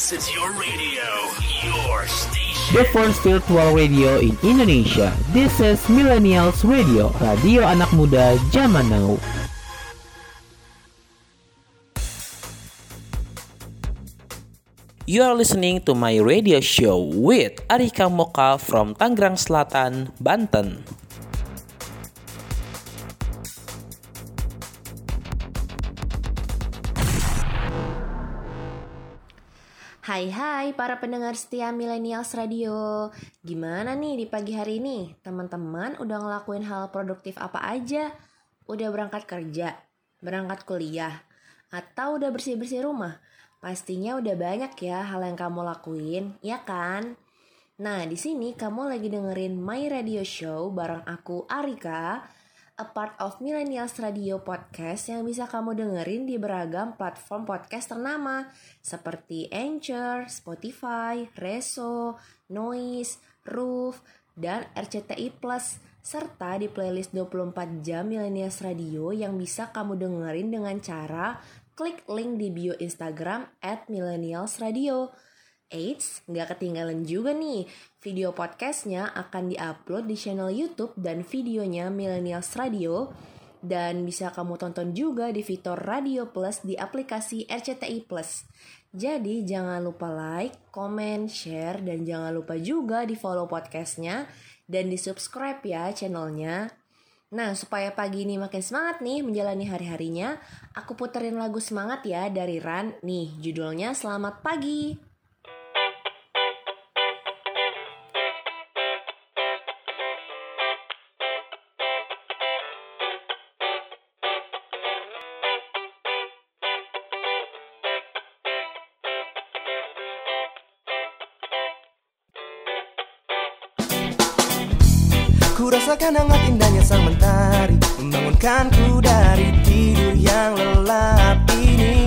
This is your radio, your station. The first virtual radio in Indonesia. This is Millennials Radio, radio anak muda zaman now. You are listening to my radio show with Arika Moka from Tangerang Selatan, Banten. Hai para pendengar setia Millennials Radio. Gimana nih di pagi hari ini? Teman-teman udah ngelakuin hal produktif apa aja? Udah berangkat kerja, berangkat kuliah, atau udah bersih-bersih rumah? Pastinya udah banyak ya hal yang kamu lakuin, ya kan? Nah, di sini kamu lagi dengerin My Radio Show bareng aku Arika, a part of Millennials Radio Podcast yang bisa kamu dengerin di beragam platform podcast ternama seperti Anchor, Spotify, Reso, Noise, Roof, dan RCTI Plus, serta di playlist 24 jam Millennials Radio yang bisa kamu dengerin dengan cara klik link di bio Instagram @millennialsradio. Eits, gak ketinggalan juga nih, video podcastnya akan diupload di channel YouTube dan videonya Millennials Radio, dan bisa kamu tonton juga di fitur Radio Plus di aplikasi RCTI Plus. Jadi jangan lupa like, comment, share, dan jangan lupa juga di follow podcastnya dan di subscribe ya channelnya. Nah, supaya pagi ini makin semangat nih menjalani hari-harinya, aku puterin lagu semangat ya dari Ran. Nih, judulnya Selamat Pagi. Ku rasakan hangat indahnya sang mentari membangunkanku dari tidur yang lelap ini.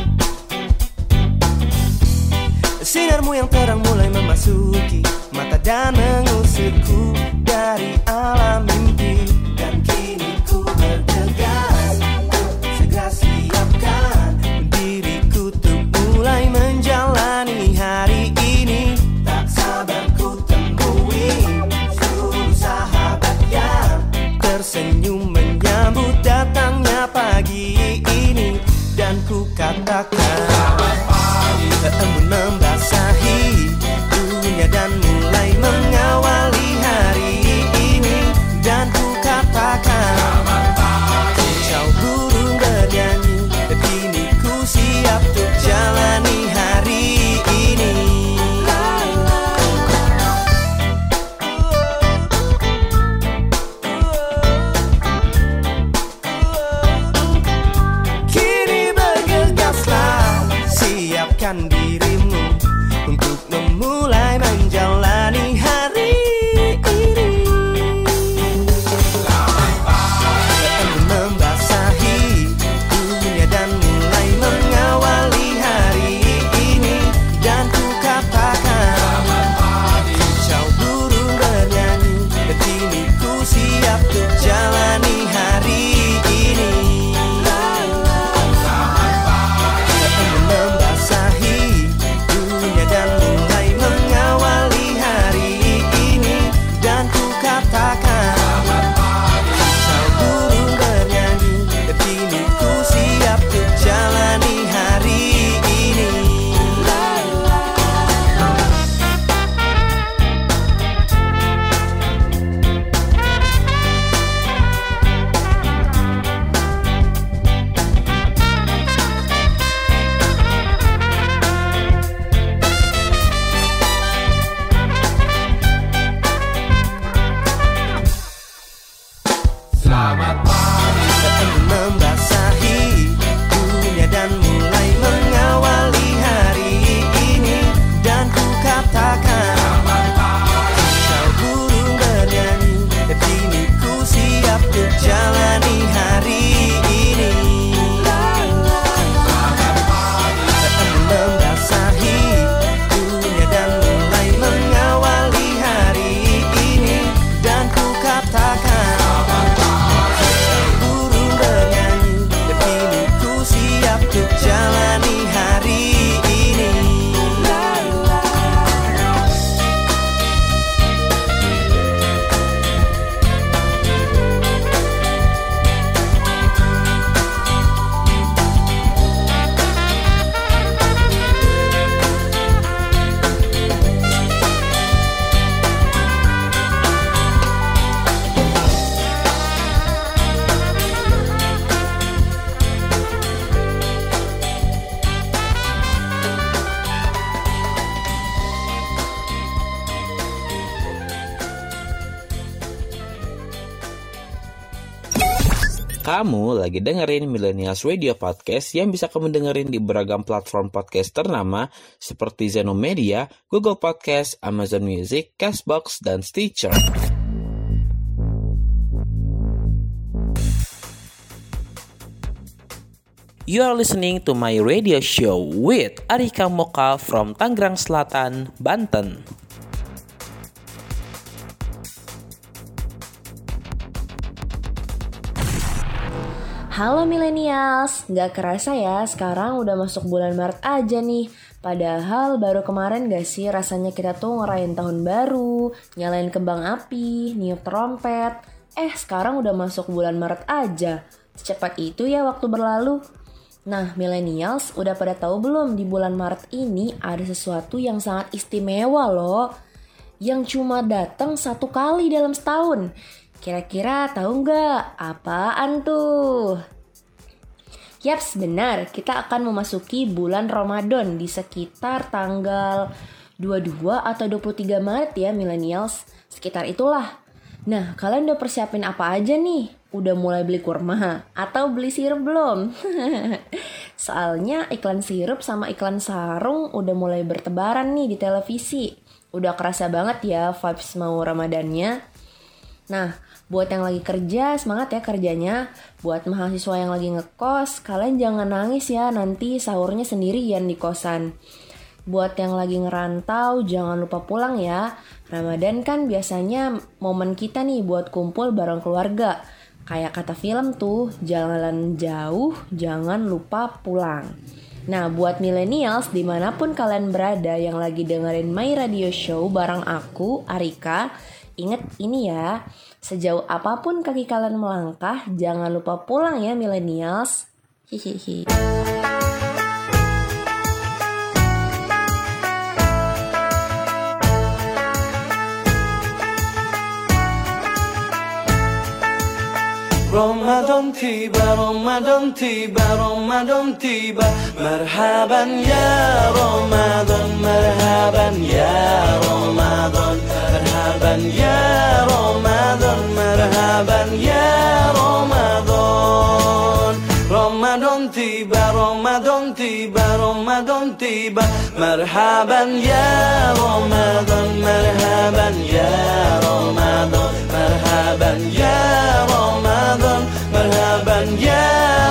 Sinarmu yang terang mulai memasuki mata dan mengusirku dari alam mimpi. Dan kini ku bergegas, segera siapkan diriku untuk mulai menjalani hari ini. Tak sabar ku temui sahabat yang tersenyum menyambut datangnya pagi ini. Dan ku katakan selamat pagi, embun membasahi dunia dan mulai mengawali hari ini. Dan ku katakan selamat pagi, kicau burung bernyanyi, kini ku siap untuk jalani hari ini. Siapkan dirimu untuk memulai menjalani hari ini. Selamat pagi, embun membasahi dunia dan mulai mengawali hari ini. Dan ku katakan selamat pagi, kicau burung bernyanyi, kini ku siap untuk jalani hari ini. Membasahi dunia dan mulai mengawali hari Kamu lagi dengerin Millennials Radio Podcast yang bisa kamu dengerin di beragam platform podcast ternama seperti Zeno Media, Google Podcast, Amazon Music, Castbox, dan Stitcher. You are listening to my radio show with Arika Mocha from Tangerang Selatan, Banten. Halo millennials, gak kerasa ya sekarang udah masuk bulan Maret aja nih. Padahal baru kemarin gak sih rasanya kita tuh ngerayain tahun baru, nyalain kembang api, niup trompet. Sekarang udah masuk bulan Maret aja. Secepat itu ya waktu berlalu. Nah millennials udah pada tahu belum di bulan Maret ini ada sesuatu yang sangat istimewa loh. Yang cuma datang 1 kali dalam setahun. Kira-kira tahu nggak apaan tuh? Yaps, benar. Kita akan memasuki bulan Ramadan di sekitar tanggal 22 atau 23 Maret ya millennials. Sekitar itulah. Nah, kalian udah persiapin apa aja nih? Udah mulai beli kurma atau beli sirup belum? Soalnya iklan sirup sama iklan sarung udah mulai bertebaran nih di televisi. Udah kerasa banget ya vibes mau Ramadannya. Nah, buat yang lagi kerja, semangat ya kerjanya. Buat mahasiswa yang lagi ngekos, kalian jangan nangis ya, nanti sahurnya sendirian di kosan. Buat yang lagi ngerantau, jangan lupa pulang ya. Ramadan kan biasanya momen kita nih buat kumpul bareng keluarga. Kayak kata film tuh, jalan jauh, jangan lupa pulang. Nah, buat millennials dimanapun kalian berada yang lagi dengerin My Radio Show bareng aku, Arika, ingat ini ya, sejauh apapun kaki kalian melangkah, jangan lupa pulang ya millennials. Hihihi. Ramadan tiba, Ramadan tiba, Ramadan tiba. Marhaban ya Ramadan, marhaban ya Ramadan, marhaban ya Ramadan, marhaban ya Ramadan. Ramadan tiba, Ramadan tiba, Ramadan tiba. Marhaban ya Ramadan, marhaban ya Ramadan, marhaban ya Ramadan, marhaban ya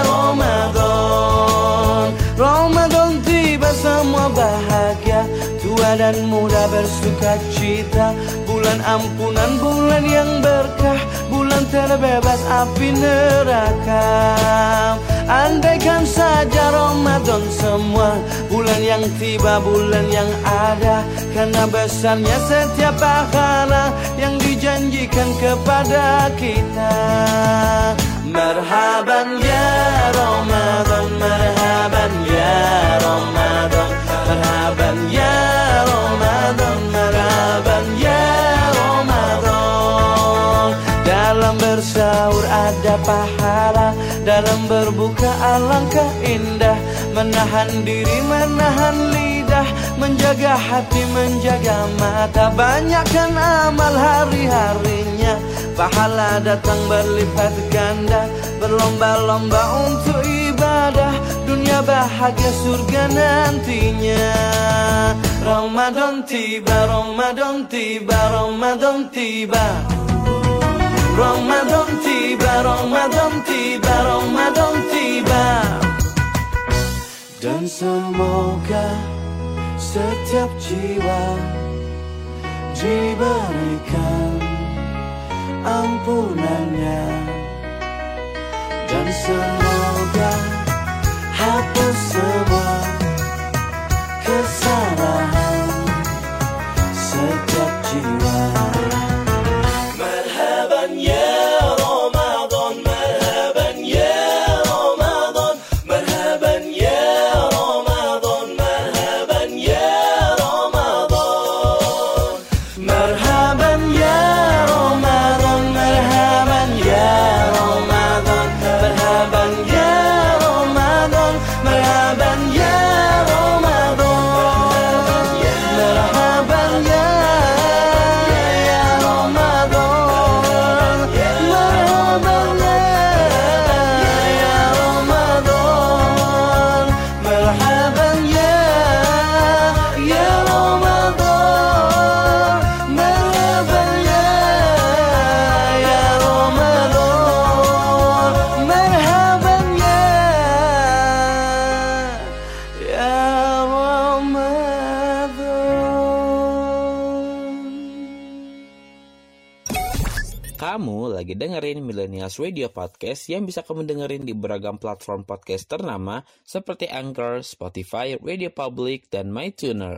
Ramadan. Ramadan tiba semua bahagia, tua dan muda bersuka cita. Bulan ampunan, bulan yang berkah, bulan terbebas api neraka. Andaikan saja Ramadan semua, bulan yang tiba, bulan yang ada. Karena besarnya setiap pahala yang dijanjikan kepada kita. Marhaban ya Ramadan, marhaban ya Ramadan, marhaban ya Ramadan, marhaban ya Ramadan. Dalam bersahur ada pahala, dalam berbuka alangkah indah. Menahan diri, menahan lidah, menjaga hati, menjaga mata. Banyakkan amal hari-harinya, pahala datang berlipat ganda. Berlomba-lomba untuk ibadah, dunia bahagia surga nantinya. Ramadan tiba, Ramadan tiba, Ramadan tiba. Ramadan tiba, Ramadan tiba, Ramadan tiba. Dan semoga setiap jiwa diberikan ampunannya. Dan semoga hapus semua kesalahan setiap jiwa. Marhaban ya Ramadan, marhaban ya Ramadan, marhaban ya Ramadan, marhaban ya Ramadan, marhaban ya Ramadan, marhaban ya Ramadan, marhaban ya Ramadan, marhaban ya Ramadan. Kamu lagi dengerin Millennials Radio Podcast yang bisa kamu dengerin di beragam platform podcast ternama seperti Anchor, Spotify, Radio Public, dan MyTuner.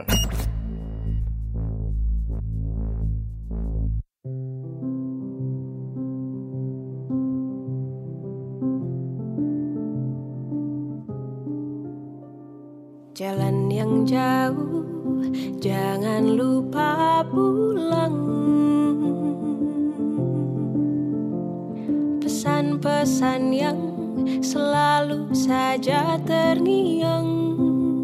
Jalan yang jauh, jangan lupa pulang. Pesan-pesan yang selalu saja terngiang.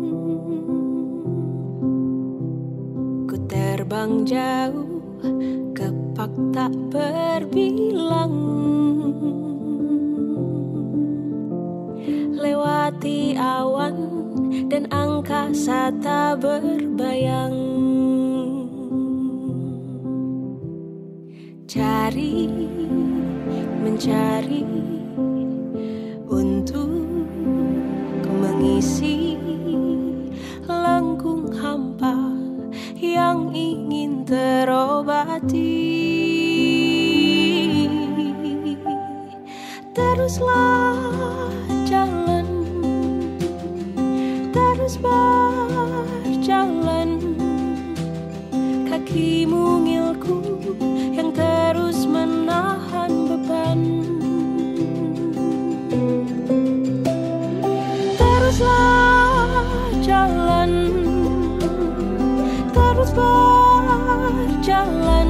Ku terbang jauh, kepak tak berbilang. Lewati awan dan angkasa tak berbayang. Mencari untuk mengisi lengkung hampa yang ingin terobati. Teruslah jalan, terus berjalan, kaki mungilku yang terus menahan beban. Teruslah jalan, terus berjalan,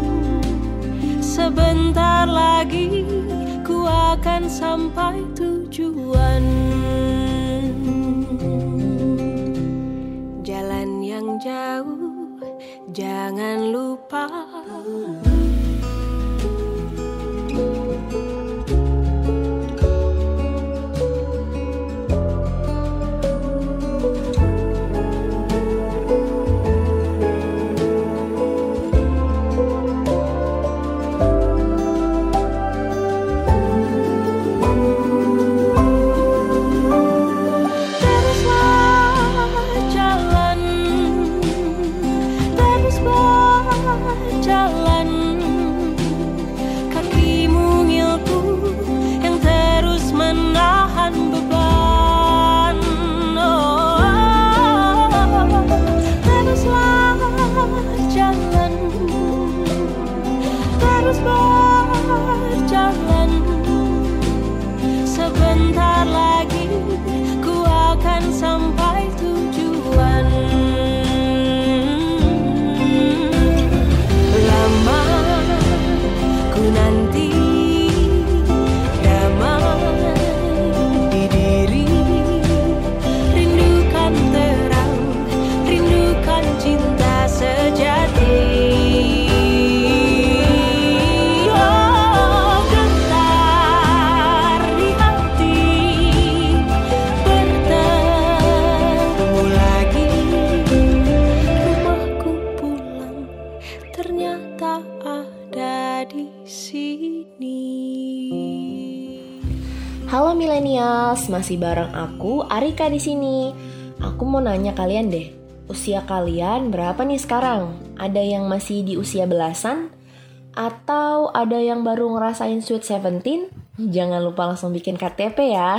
sebentar lagi ku akan sampai tujuan. Jalan yang jauh, jangan lupa. Halo millennials, masih bareng aku Arika di sini. Aku mau nanya kalian deh, usia kalian berapa nih sekarang? Ada yang masih di usia belasan? Atau ada yang baru ngerasain Sweet 17? Jangan lupa langsung bikin KTP ya.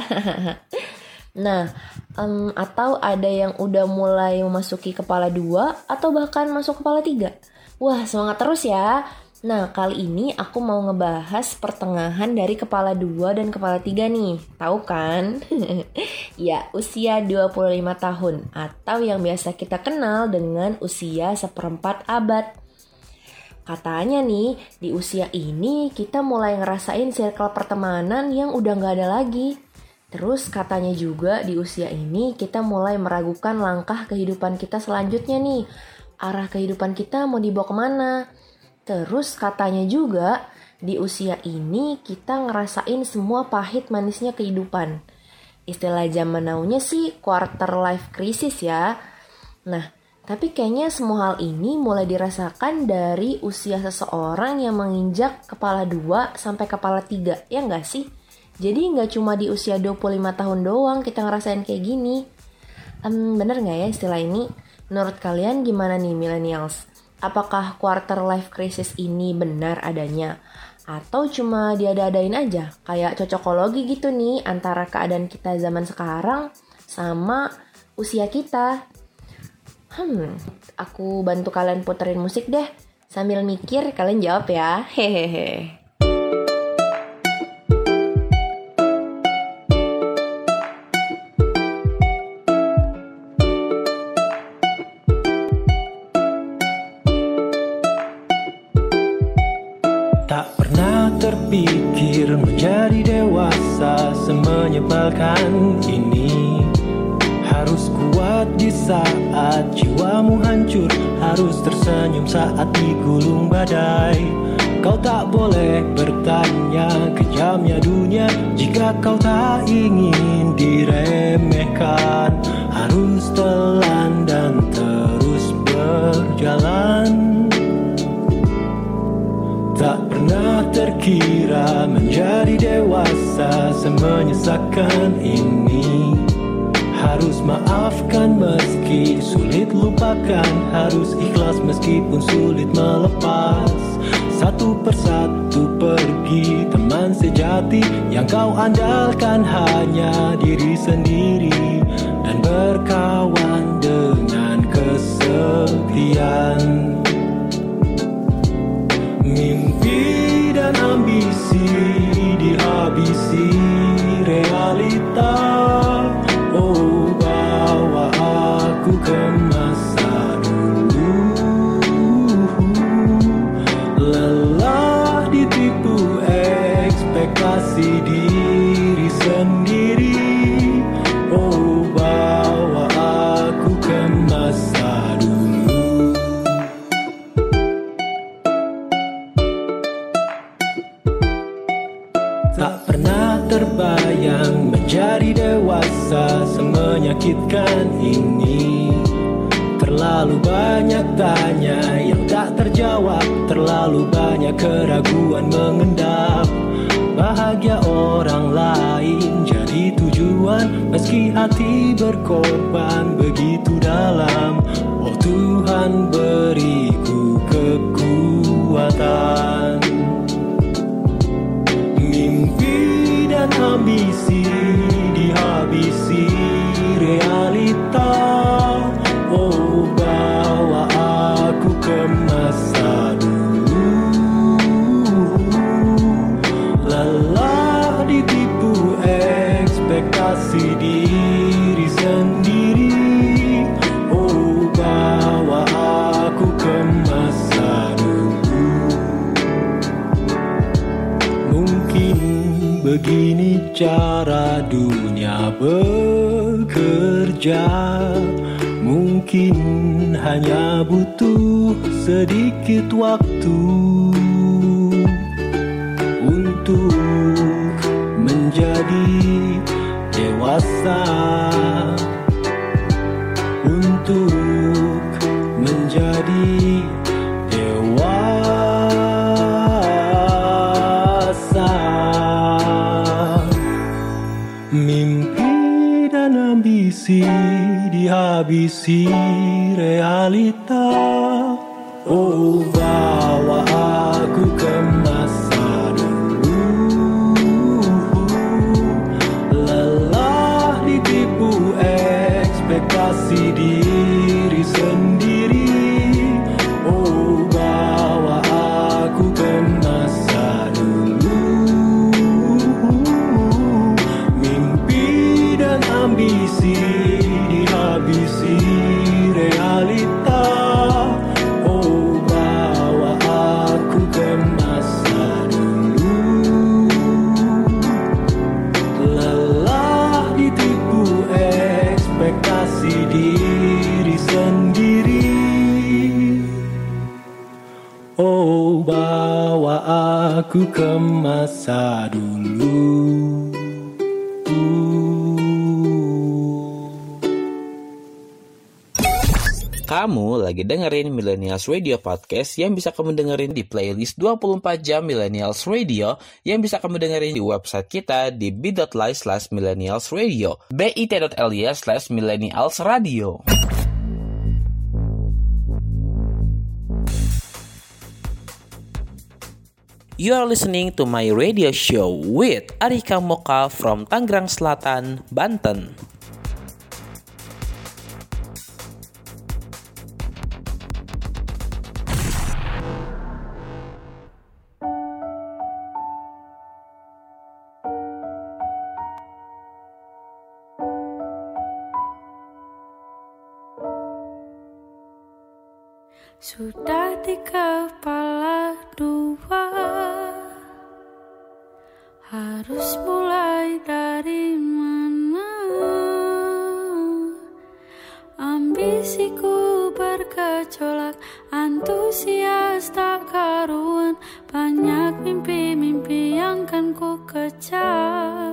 Nah, atau ada yang udah mulai memasuki kepala 2 atau bahkan masuk kepala 3? Wah, semangat terus ya. Nah, kali ini aku mau ngebahas pertengahan dari kepala 2 dan kepala 3 nih. Tahu kan? Ya, usia 25 tahun atau yang biasa kita kenal dengan usia seperempat abad. Katanya nih, di usia ini kita mulai ngerasain circle pertemanan yang udah gak ada lagi. Terus katanya juga di usia ini kita mulai meragukan langkah kehidupan kita selanjutnya nih. Arah kehidupan kita mau dibawa kemana? Terus katanya juga di usia ini kita ngerasain semua pahit manisnya kehidupan. Istilah zaman now-nya sih quarter life crisis ya. Nah, tapi kayaknya semua hal ini mulai dirasakan dari usia seseorang yang menginjak kepala 2 sampai kepala 3, ya nggak sih? Jadi nggak cuma di usia 25 tahun doang kita ngerasain kayak gini. Bener nggak ya istilah ini? Menurut kalian gimana nih millennials? Apakah quarter life crisis ini benar adanya? Atau cuma diada-adain aja, kayak cocokologi gitu nih antara keadaan kita zaman sekarang sama usia kita. Aku bantu kalian puterin musik deh. Sambil mikir kalian jawab ya. Hehehe. Tak pernah terpikir menjadi dewasa semenyebalkan ini. Harus kuat di saat jiwamu hancur, harus tersenyum saat digulung badai. Kau tak boleh bertanya kejamnya dunia jika kau tak ingin diremehkan. Harus telan dan terus berjalan. Tak pernah terkira menjadi dewasa semenyesakan ini. Harus maafkan meski sulit lupakan, harus ikhlas meskipun sulit melepas. Satu persatu pergi teman sejati, yang kau andalkan hanya diri sendiri, dan berkawan dengan kesetiaan. Mimpi dan ambisi dihabisi realita. Oh, bawa aku ke masa dulu. Lelah ditipu ekspektasi diri sendiri. Oh, bawa aku ke masa dulu. Tak pernah terbayang menjadi dewasa semenyakitkan ini. Terlalu banyak tanya yang tak terjawab, terlalu banyak keraguan mengendap. Bahagia orang lain jadi tujuan, meski hati berkorban begitu dalam. Oh Tuhan, beriku kekuatan. Mimpi dan ambisi dihabisi realita. Oh, bawa aku ke masa dulu. Lelah ditipu ekspektasi diri sendiri. Oh, bawa aku ke masa dulu. Mungkin begini cara dunia bekerja. Mungkin hanya butuh sedikit waktu untuk menjadi dewasa, untuk menjadi dewasa. Mimpi dan ambisi dihabisi realita. Oh, bawa aku ke masa dulu. Lelah ditipu ekspektasi diri sendiri. Oh, bawa aku ke masa dulu. Mimpi dan ambisi dihabisi realita. Oh, bawa aku ke masa dulu. Lelah ditipu ekspektasi diri sendiri. Oh, bawa aku ke masa dulu. Kamu lagi dengerin Millennials Radio Podcast yang bisa kamu dengerin di playlist 24 jam Millennials Radio yang bisa kamu dengerin di website kita di bit.ly/millennialsradio, bit.ly/millennialsradio. You are listening to my radio show with Arika Moka from Tangerang Selatan, Banten. Sudah di kepala dua, harus mulai dari mana? Ambisiku bergejolak, antusias tak karuan, banyak mimpi-mimpi yang kan ku kejar.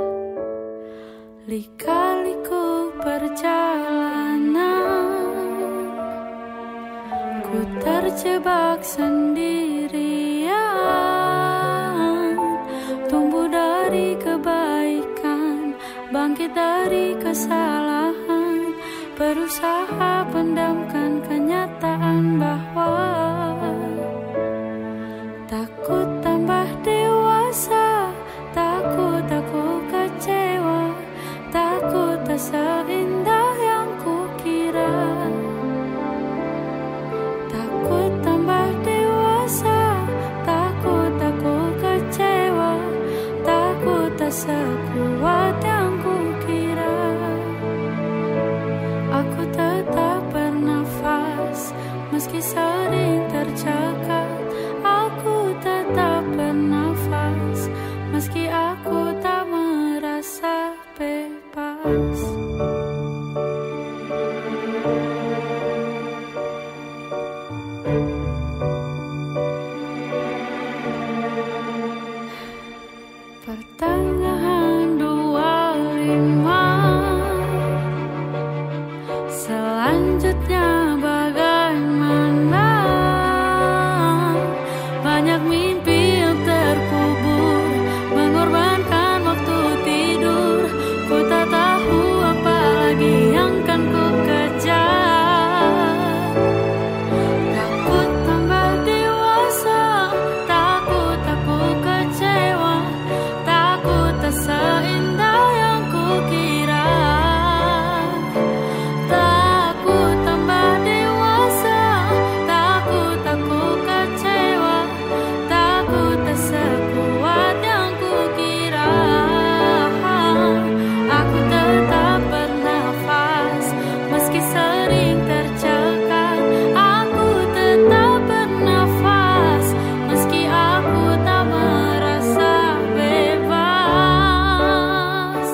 Lika-liku perjalanan, ku terjebak sendirian. Tumbuh dari kebaikan, bangkit dari kesalahan, berusaha pendamkan kenyataan bahwa takut tambah dewasa, takut aku kecewa, takut tak seindah yang kukira. Takut tambah dewasa, takut aku kecewa, takut tak sekuat yang kukira. Aku tetap bernafas, meski sering tercekat. Aku tetap bernafas, meski aku tak merasa bebas. Pertengahan 25, selanjutnya bagaimana? Banyak mimpi yang terkubur, mengorbankan waktu tidur. Ku tak tahu apa lagi yang kan ku kejar. Takut tambah dewasa, takut aku kecewa, takut tak seindah yang kukira. Takut tambah dewasa, takut aku kecewa, takut tak sekuat yang kukira. Aku tetap bernafas, meski sering tercekat. Aku tetap bernafas, meski aku tak merasa bebas.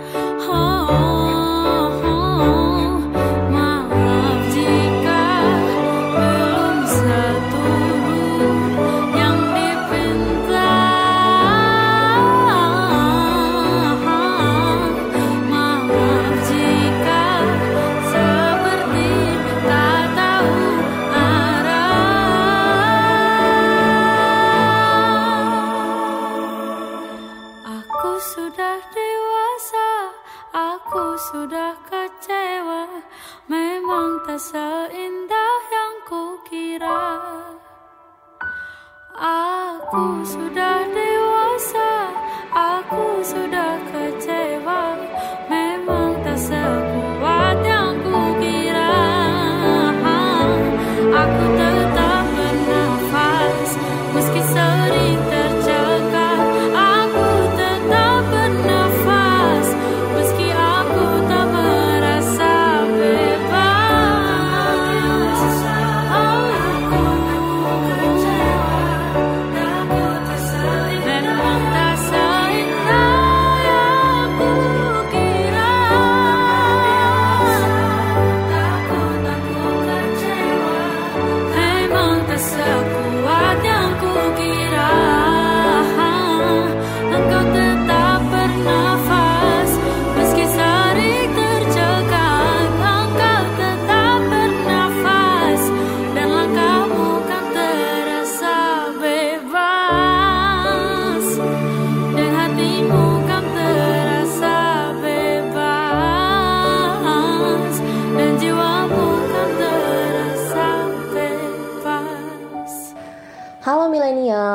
Maaf jika belum seturut yang dipinta. Maaf jika seperti tak tahu arah. Aku sudah dewasa, aku sudah kecewa, memang tak seindah yang kukira. Aku sudah dewasa, aku sudah kecewa, memang tak sekuat yang kukira. Aku tetap bernafas, meski sering tercekat. Aku tetap bernafas, meski aku tak merasa bebas.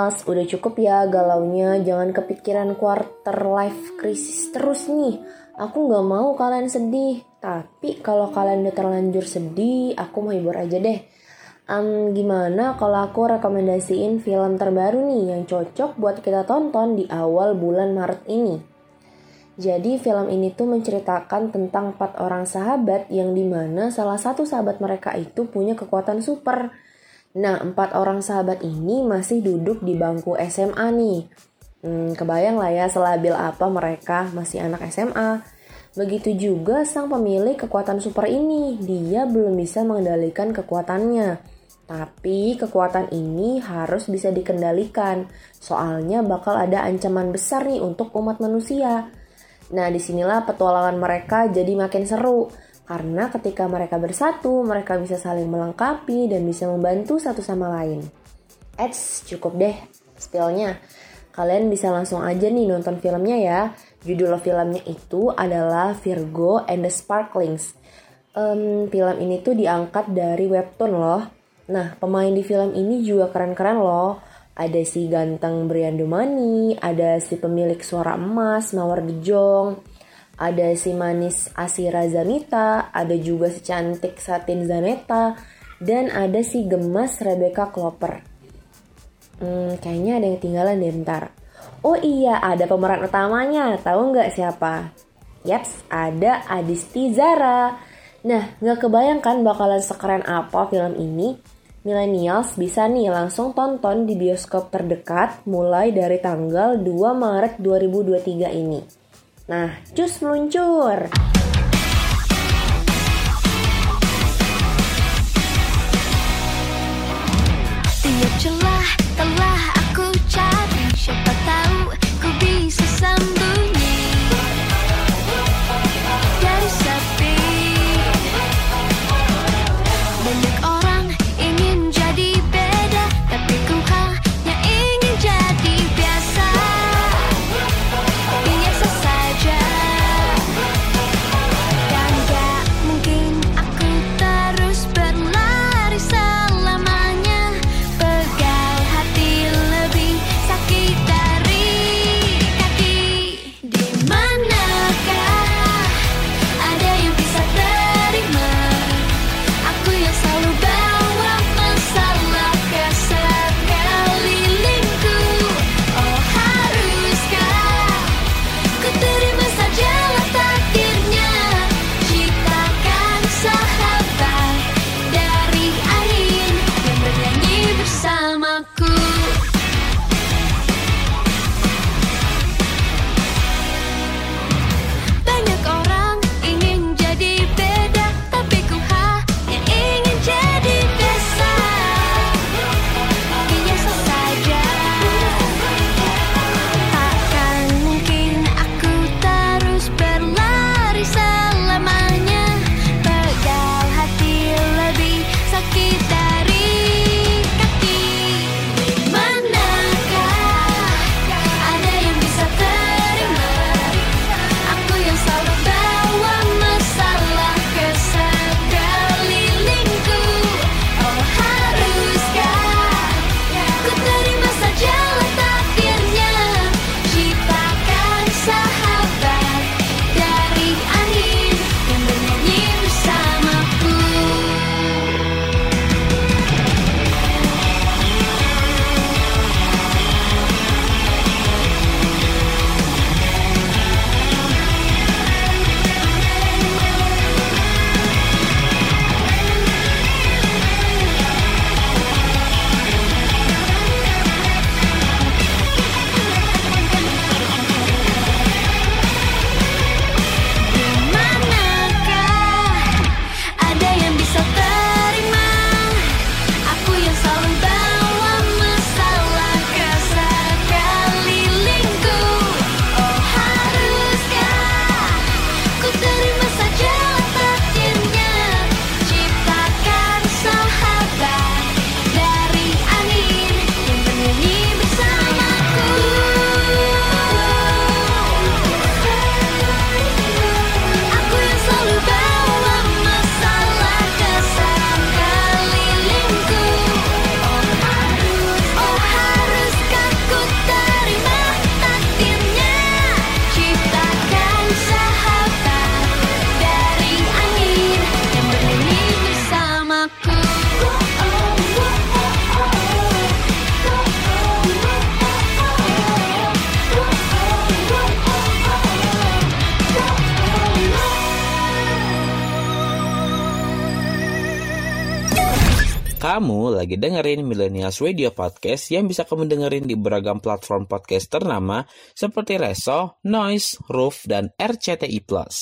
millennials, udah cukup ya galaunya, jangan kepikiran quarter life crisis terus nih. Aku gak mau kalian sedih, tapi kalau kalian udah terlanjur sedih, aku mau hibur aja deh. Gimana kalau aku rekomendasiin film terbaru nih yang cocok buat kita tonton di awal bulan Maret ini. Jadi film ini tuh menceritakan tentang 4 orang sahabat yang dimana salah satu sahabat mereka itu punya kekuatan super. Nah, 4 orang sahabat ini masih duduk di bangku SMA nih. Kebayang lah ya selabil apa mereka masih anak SMA. Begitu juga sang pemilik kekuatan super ini, dia belum bisa mengendalikan kekuatannya. Tapi kekuatan ini harus bisa dikendalikan, soalnya bakal ada ancaman besar nih untuk umat manusia. Nah, disinilah petualangan mereka jadi makin seru. Karena ketika mereka bersatu, mereka bisa saling melengkapi dan bisa membantu satu sama lain. Cukup deh spillnya. Kalian bisa langsung aja nih nonton filmnya ya. Judul filmnya itu adalah Virgo and the Sparklings. Film ini tuh diangkat dari webtoon loh. Nah, pemain di film ini juga keren-keren loh. Ada si ganteng Brian Domani, ada si pemilik suara emas Mawar Gejong, ada si manis Asira Zanita, ada juga si cantik Satin Zaneta, dan ada si gemas Rebecca Cloper. Kayaknya ada yang ketinggalan deh bentar. Oh iya, ada pemeran utamanya. Tahu nggak siapa? Yaps, ada Adisti Zara. Nah, nggak kebayangkan bakalan sekeren apa film ini. Millennials bisa nih langsung tonton di bioskop terdekat mulai dari tanggal 2 Maret 2023 ini. Nah, cus meluncur! Tiap celah telah aku cari, siapa tahu ku bisa sembunyi dari sepi. Banyak orang ingin jadi beda, tapi ku hanya ingin jadi biasa, biasa saja. Dan gak mungkin aku terus berlari selamanya. Pegal hati lebih sakit dari kaki. Di manakah ada yang bisa terima aku yang selalu bawa masalah ke sekelilingku? Oh, haruskah ku terima sajalah takdirnya, ciptakan sahabat dari angin yang bernyanyi bersamaku. Banyak orang ingin jadi beda, tapi ku hanya ingin jadi Kamu lagi dengerin Millennials Radio Podcast yang bisa kamu dengerin di beragam platform podcast ternama seperti Reso, Noise, Roof, dan RCTI+.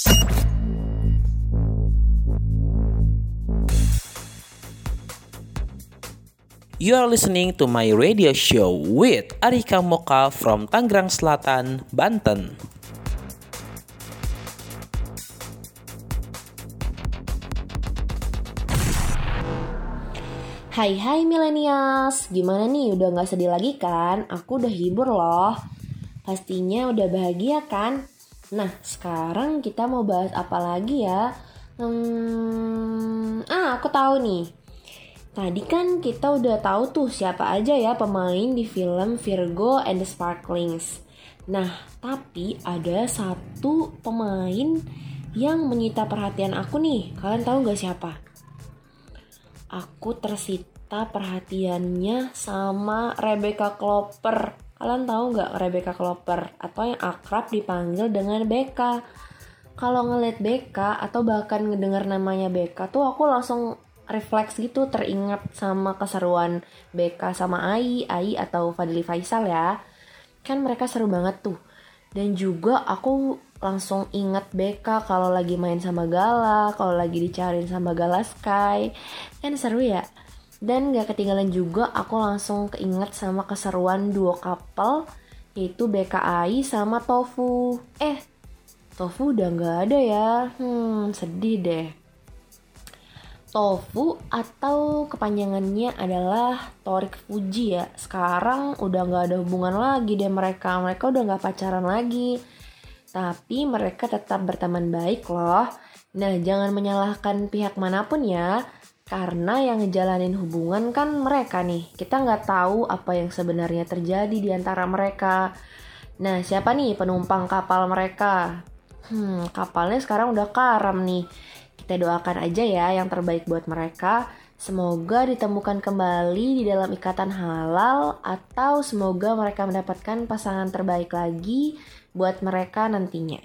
You are listening to my radio show with Arika Moka from Tangerang Selatan, Banten. Hai millennials, gimana nih, udah gak sedih lagi kan? Aku udah hibur loh. Pastinya udah bahagia kan? Nah, sekarang kita mau bahas apa lagi ya? Aku tahu nih. Tadi kan kita udah tahu tuh siapa aja ya pemain di film Virgo and the Sparklings. Nah, tapi ada satu pemain yang menyita perhatian aku nih. Kalian tahu gak siapa? Aku tersita perhatiannya sama Rebecca Klopper. Kalian tahu gak Rebecca Klopper? Atau yang akrab dipanggil dengan Becca. Kalau ngeliat Becca atau bahkan ngedengar namanya Becca tuh aku langsung refleks gitu, teringat sama keseruan Becca sama Ai atau Fadly Faisal ya. Kan mereka seru banget tuh. Dan juga aku langsung ingat Becca kalau lagi main sama Gala, kalau lagi dicariin sama Gala Sky. Kan seru ya. Dan gak ketinggalan juga aku langsung keinget sama keseruan duo couple, yaitu Becca Ai sama Tofu. Tofu udah gak ada ya. Sedih deh. Tofu atau kepanjangannya adalah Torik Fuji ya. Sekarang udah gak ada hubungan lagi deh mereka. Mereka udah gak pacaran lagi. Tapi mereka tetap berteman baik loh. Nah, jangan menyalahkan pihak manapun ya. Karena yang ngejalanin hubungan kan mereka nih. Kita gak tahu apa yang sebenarnya terjadi di antara mereka. Nah, siapa nih penumpang kapal mereka? Kapalnya sekarang udah karam nih. Kita doakan aja ya yang terbaik buat mereka. Semoga ditemukan kembali di dalam ikatan halal, atau semoga mereka mendapatkan pasangan terbaik lagi buat mereka nantinya.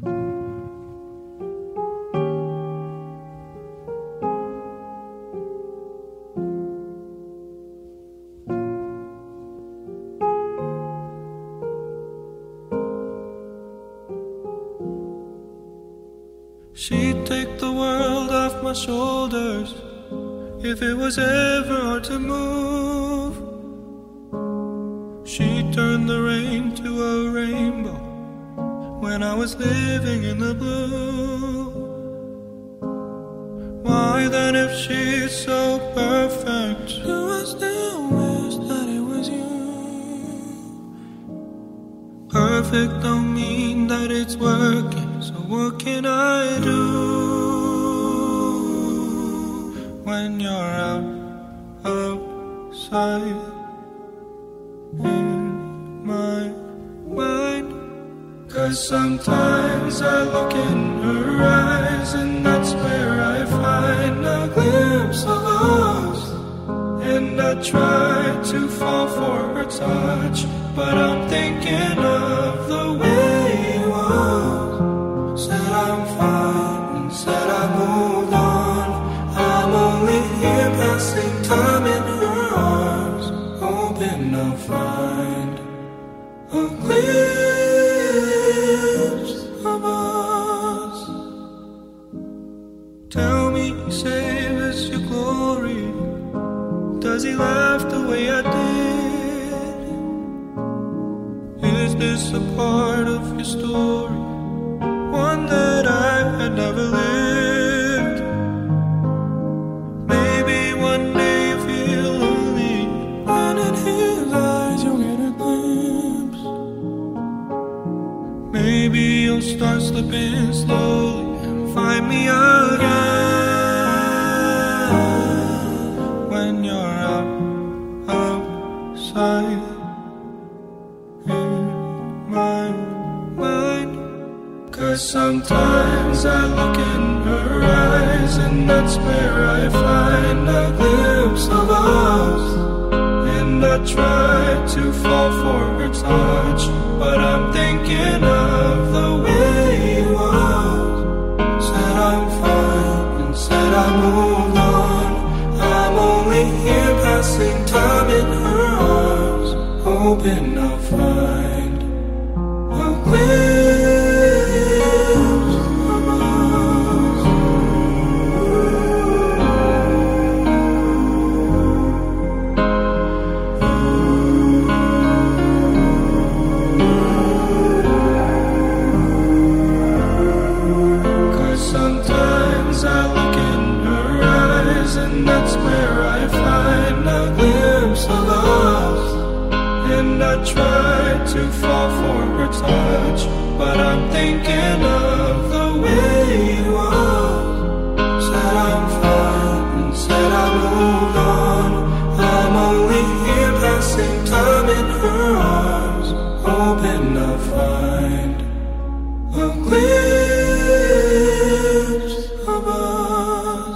She'd take the world off my shoulders if it was ever hard to move. She'd turn the rain to a rainbow when I was living in the blue. Why then, if she's so perfect, do I still wish that it was you? Perfect don't mean that it's working, so what can I do when you're outside in my mind? 'Cause sometimes I look in her eyes and that's where I find a glimpse of us. And I try to fall for her touch, but I'm thinking of the way it was. Said I'm fine and said I moved on. I'm only here passing time in her arms, hoping I'll find a glimpse of us. Tell me, save us your glory. Does he laugh the way I did? Is this a part of your story? One that I had never lived. Maybe one day you feel lonely, and in his eyes you'll get a glimpse. Maybe you'll start slipping slowly and find me again when you're outside in my mind. 'Cause sometimes I look in her eyes and that's where I find a glimpse of us. And I try to fall for her touch, but I'm thinking of the way it was. Said I'm fine and said I moved on. I'm only only here passing time in her arms, hoping I'll find a glimpse of us. 'Cause sometimes I look in her eyes, and that's where I find a glimpse of us. And I try to fall for her touch, but I'm thinking of the way you are. Said I'm fine, and said I moved on. I'm only here passing time in her arms, hoping I'll find a glimpse of us.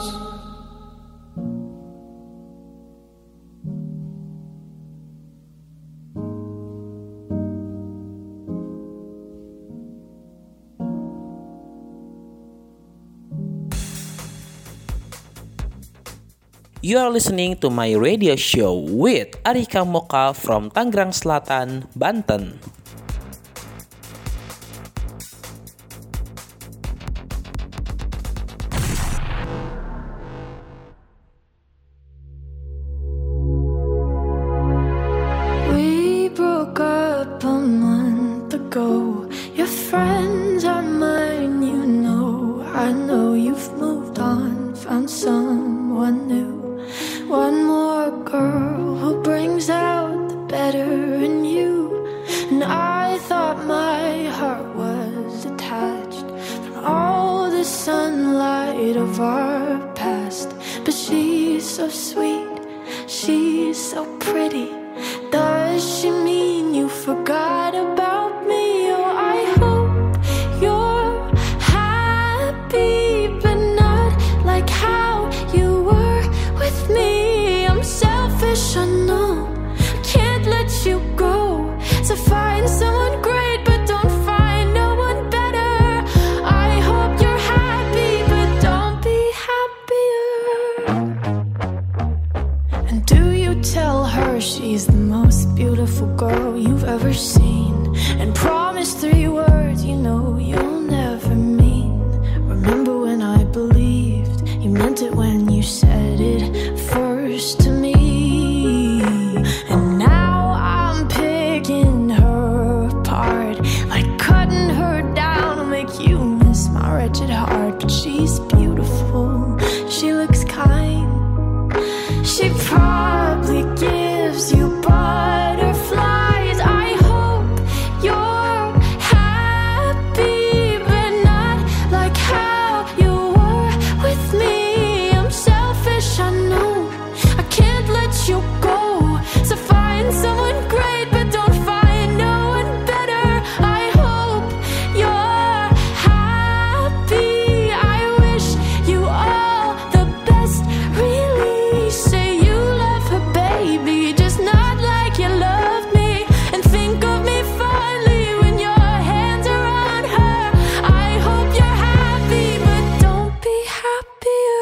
You are listening to my radio show with Arika Moka from Tangerang Selatan, Banten. We broke up a month ago. Your friends are mine, you know. I know you've moved on, found someone new. One more girl who brings out the better in you. And I thought my heart was detached from all the sunlight of our past. But she's so sweet, she's so pretty. Does she mean you forgot about me? Oh, I hope you're happy, but not like how you were with me. I'm selfish, I know, can't let you go. So find someone great, but don't find no one better. I hope you're happy, but don't be happier. And do you tell her she's the most beautiful girl you've ever seen? And promise 3 words you know you'll never mean. Remember when I believed you meant it when you said it first to me. And now I'm picking her apart, like cutting her down will make you miss my wretched heart. But she's beautiful, she looks kind, she probably gives you butterflies. I hope you're happy, but not like how you were with me. I'm selfish, I know, I can't let you go. So find someone great, but don't find no one better. I hope you're happy. I wish you all the best, really. Say you love her, baby, just not like you loved me. And think of me fondly when your hands are on her. I hope you're happy, but don't be happier.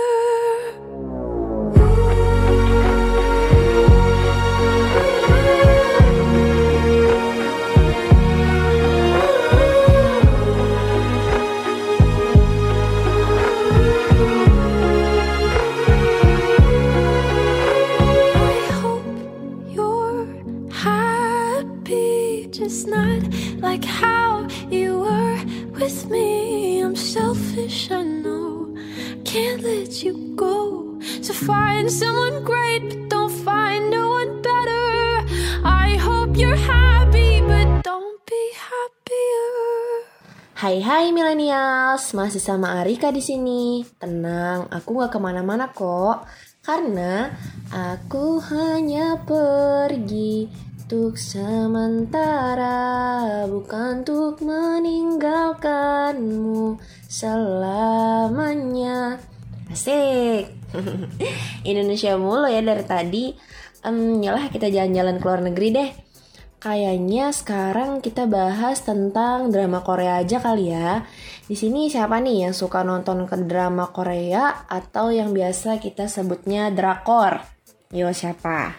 I hope you're happy, just not like how you were with me. I'm selfish, I know, can't let you go. So find someone great, but don't find no one better. I hope you're happy, but don't be happier. Hai millennials, masih sama Arika di sini. Tenang, aku nggak kemana-mana kok, karena aku hanya pergi untuk sementara, bukan untuk meninggalkanmu selamanya. Asik. Indonesia mulu ya dari tadi. Yalah, kita jalan-jalan ke luar negeri deh. Kayaknya sekarang kita bahas tentang drama Korea aja kali ya. Di sini siapa nih yang suka nonton ke drama Korea atau yang biasa kita sebutnya drakor? Yo, siapa?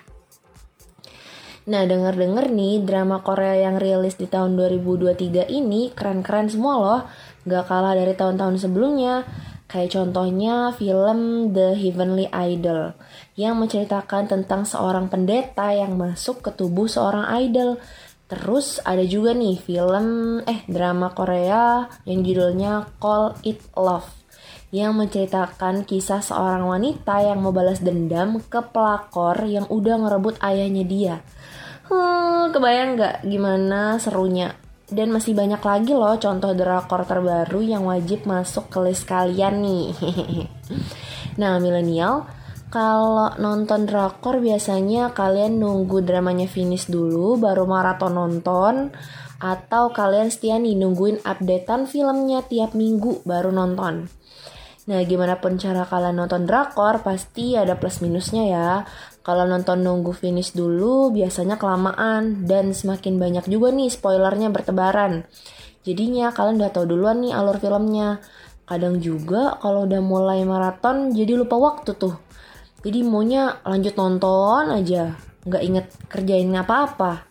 Nah, denger-denger nih, drama Korea yang rilis di tahun 2023 ini keren-keren semua loh. Gak kalah dari tahun-tahun sebelumnya. Kayak contohnya film The Heavenly Idol yang menceritakan tentang seorang pendeta yang masuk ke tubuh seorang idol. Terus ada juga nih drama Korea yang judulnya Call It Love yang menceritakan kisah seorang wanita yang mau balas dendam ke pelakor yang udah ngerebut ayahnya dia. Kebayang gak gimana serunya? Dan masih banyak lagi loh contoh drakor terbaru yang wajib masuk ke list kalian nih. Nah, milenial, kalau nonton drakor biasanya kalian nunggu dramanya finish dulu baru maraton nonton, atau kalian setia nih nungguin updatean filmnya tiap minggu baru nonton. Nah, gimana pun cara kalian nonton drakor pasti ada plus minusnya ya. Kalau nonton nunggu finish dulu biasanya kelamaan dan semakin banyak juga nih spoilernya bertebaran. Jadinya kalian udah tahu duluan nih alur filmnya. Kadang juga kalau udah mulai maraton jadi lupa waktu tuh. Jadi maunya lanjut nonton aja, nggak inget kerjain apa-apa.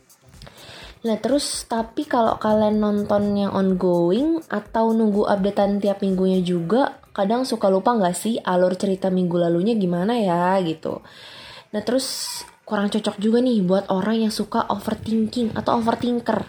Nah terus tapi kalau kalian nonton yang ongoing atau nunggu updatean tiap minggunya juga, kadang suka lupa nggak sih alur cerita minggu lalunya gimana ya gitu. Nah terus kurang cocok juga nih buat orang yang suka overthinking atau overthinker.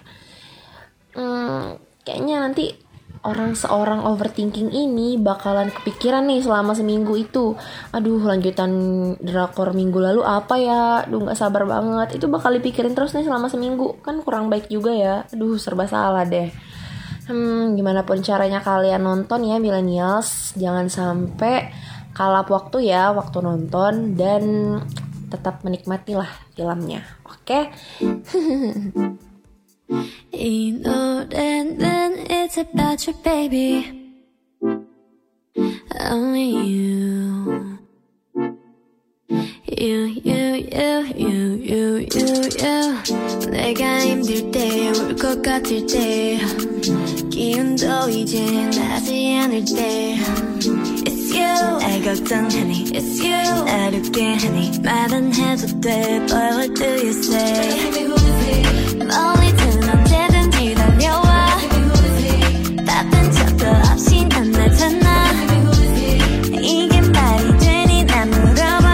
Kayaknya nanti seorang overthinking ini bakalan kepikiran nih selama seminggu itu. Aduh, lanjutan drakor minggu lalu apa ya? Aduh, gak sabar banget. Itu bakal dipikirin terus nih selama seminggu. Kan kurang baik juga ya. Aduh, serba salah deh. Gimana pun caranya kalian nonton ya millennials, jangan sampai kalap waktu ya waktu nonton, dan tetap menikmatilah filmnya. Oke? 이 노래는 it's about you baby only you 내가 힘들 때 울 것 같을 때 기운도 이제 나지 않을 때 It's you 날 걱정하니 It's you 날 웃게 하니 말은 해도 돼 Boy what do you say 멀리든 언제든지 달려와 바쁜 척도 없이 난 나타나 이게 말이 되니 난 물어봐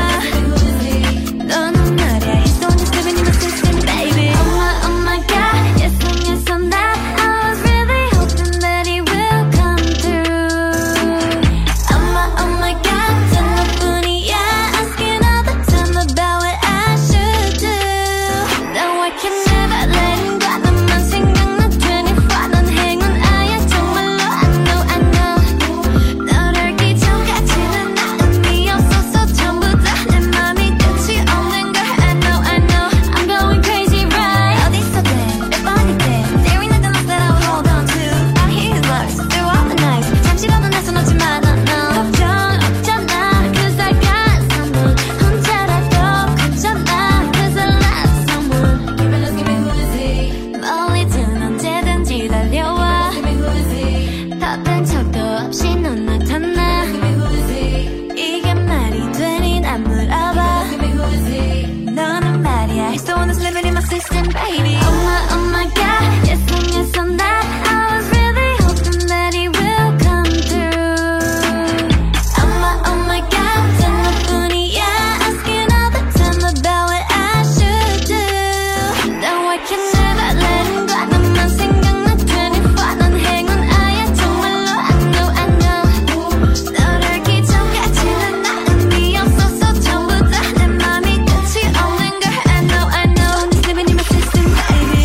너는 말야 It's on just living in the system baby Oh my god Yes and yes on that I was really hoping that it will come through Oh my god 전 너뿐이야 Asking all the time about what I should do Now I can never let go 너만 생각나 24 넌 행운아야 정말로 I know 너를 알기 전까지는 나 의미 없었어 전부 다 내 맘이 끝이 없는 걸 I know I'm going crazy right 어디서든 몇 번이든 There ain't nothing else that I would hold on to I hear his voice through all the nights 잠시라도 나선 없지만 걱정 없잖아 Cause I got someone 혼자라도 괜찮아 Cause I love someone Give me who is he 멀리든 언제든지 달려와 바쁜 척도 없이 넌 나타나 이게 말이 되니 난 물어봐 너는 말이야 He's the one that's living in my system baby Oh my god Yes and yes on that I was really hoping that he will come through Oh my god 전 너뿐이야 Asking all the time about what I should do Now I can never let go 너만 생각나 24 넌 행운아야 정말로 I know 너를 알기 전까지는 나 의미 없었어 전부 다 내 맘이 끝이 없는 걸 I know I'm just living in my system baby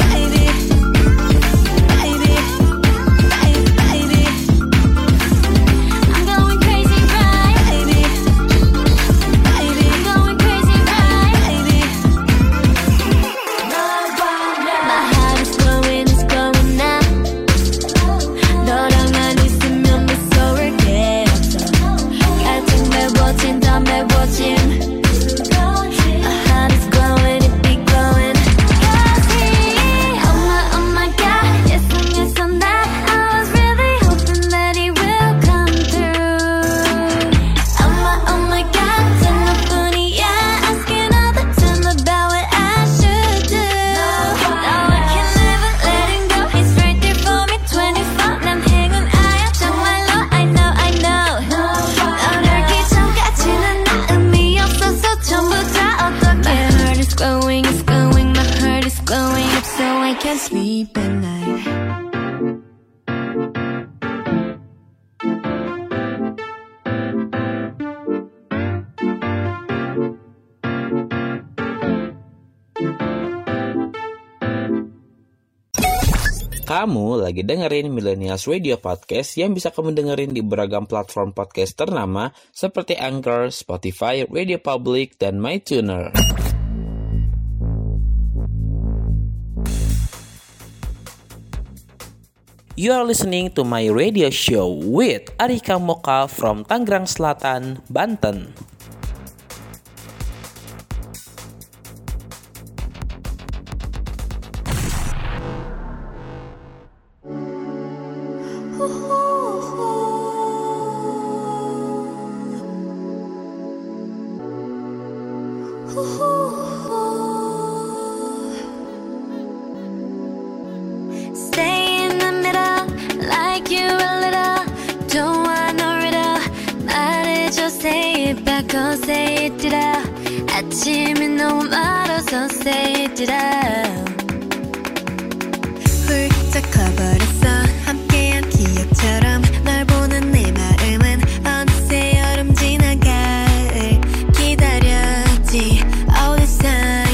sleep at night. Kamu lagi dengerin Millennials Radio Podcast yang bisa kamu dengerin di beragam platform podcast ternama seperti Anchor, Spotify, Radio Public, dan MyTuner. You are listening to my radio show with Arika Moka from Tangerang Selatan, Banten. Stay in the middle, like you a little. Don't want no riddle. 말해줘, say it back, oh say it out. 아침이 너무 멀어서 say it out. 훌쩍 커버렸어, 함께한 기억처럼. 널 보는 내 마음은 어느새 여름 지나갈 기다렸지. All this time.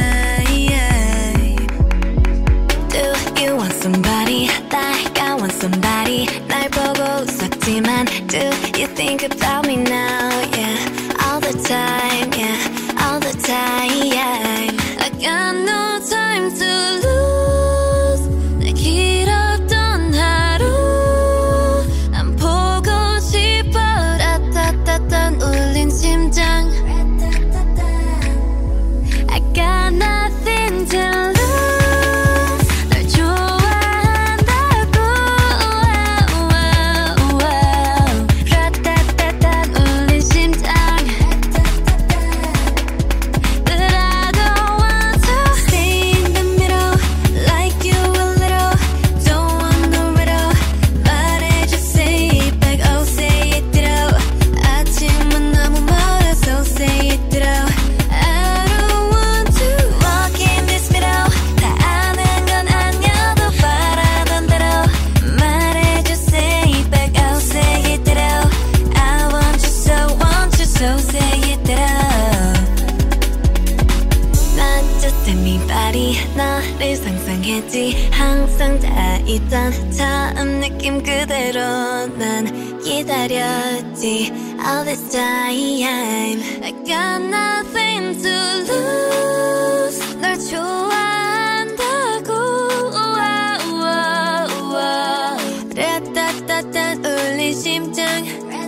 Do you want somebody like I want somebody? 날 보고 웃었지만 do you think about me now? Yeah, all the time, yeah, all the time. I got no time to lose. 내 길었던 하루 난 보고 싶어. 라따따따 울린 심장. I got nothing to lose. 너를 상상했지. 항상 다 있던 처음 느낌 그대로 난 기다렸지. All this time I got nothing to lose. 널 좋아한다고. 라따따따 울린 심장.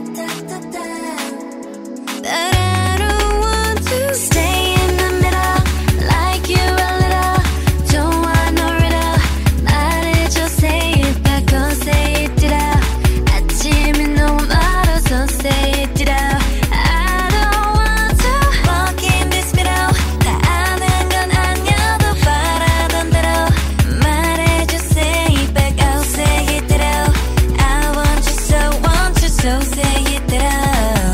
But I don't want to stay in the middle like you a little. Don't want no riddle. 말해줘, say it back, oh say it out. 아침이 너무 멀어서 say it out. I don't want to walk in this middle. 다 아는 건 아니어도 바라던 대로 말해줘, say it back, oh say it out. I want you so say it out.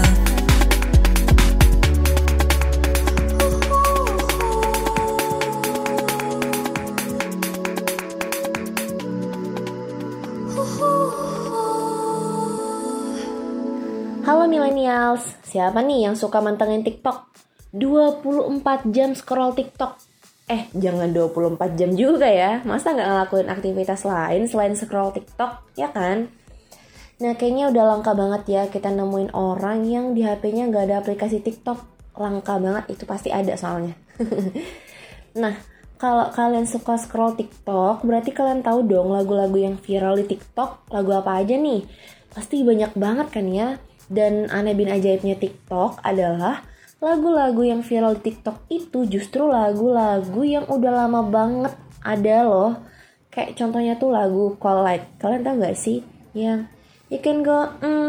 Halo millennials, siapa nih yang suka mantengin TikTok? 24 jam scroll TikTok. Jangan 24 jam juga ya. Masa gak ngelakuin aktivitas lain selain scroll TikTok, ya kan? Nah, kayaknya udah langka banget ya kita nemuin orang yang di HP-nya gak ada aplikasi TikTok. Langka banget, itu pasti ada soalnya. Nah, kalau kalian suka scroll TikTok, berarti kalian tahu dong lagu-lagu yang viral di TikTok. Lagu apa aja nih? Pasti banyak banget kan ya? Dan aneh bin ajaibnya TikTok adalah lagu-lagu yang viral di TikTok itu justru lagu-lagu yang udah lama banget ada loh. Kayak contohnya tuh lagu Call Like. Kalian tahu gak sih? Yang You Can Go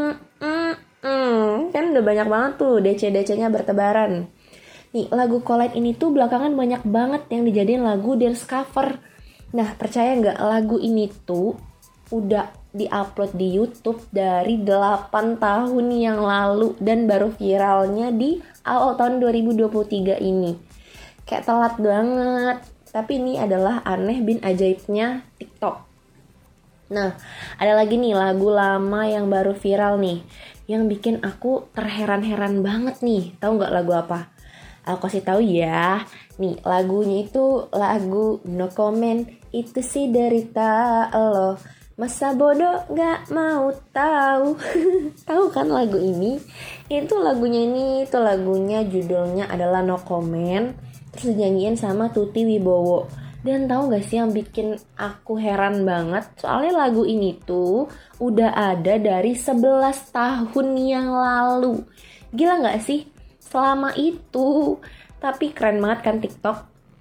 Kan udah banyak banget tuh DC-DC-nya bertebaran. Nih, lagu Call Like ini tuh belakangan banyak banget yang dijadiin lagu dance cover. Nah, percaya gak lagu ini tuh udah di-upload di YouTube dari 8 tahun yang lalu dan baru viralnya di awal tahun 2023 ini. Kayak telat banget. tapi ini adalah aneh bin ajaibnya TikTok. Nah, ada lagi nih lagu lama yang baru viral nih, yang bikin aku terheran-heran banget nih. Tahu nggak lagu apa? Aku kasih tahu ya. Nih, lagunya itu lagu No Comment, itu sih derita lo. Masa bodoh nggak mau tahu. Tahu kan lagu ini? Itu lagunya judulnya adalah No Comment. Terus dinyanyiin sama Tuti Wibowo. Dan tahu gak sih yang bikin aku heran banget? Soalnya lagu ini tuh udah ada dari 11 tahun yang lalu. Gila gak sih? Selama itu. Tapi keren banget kan TikTok?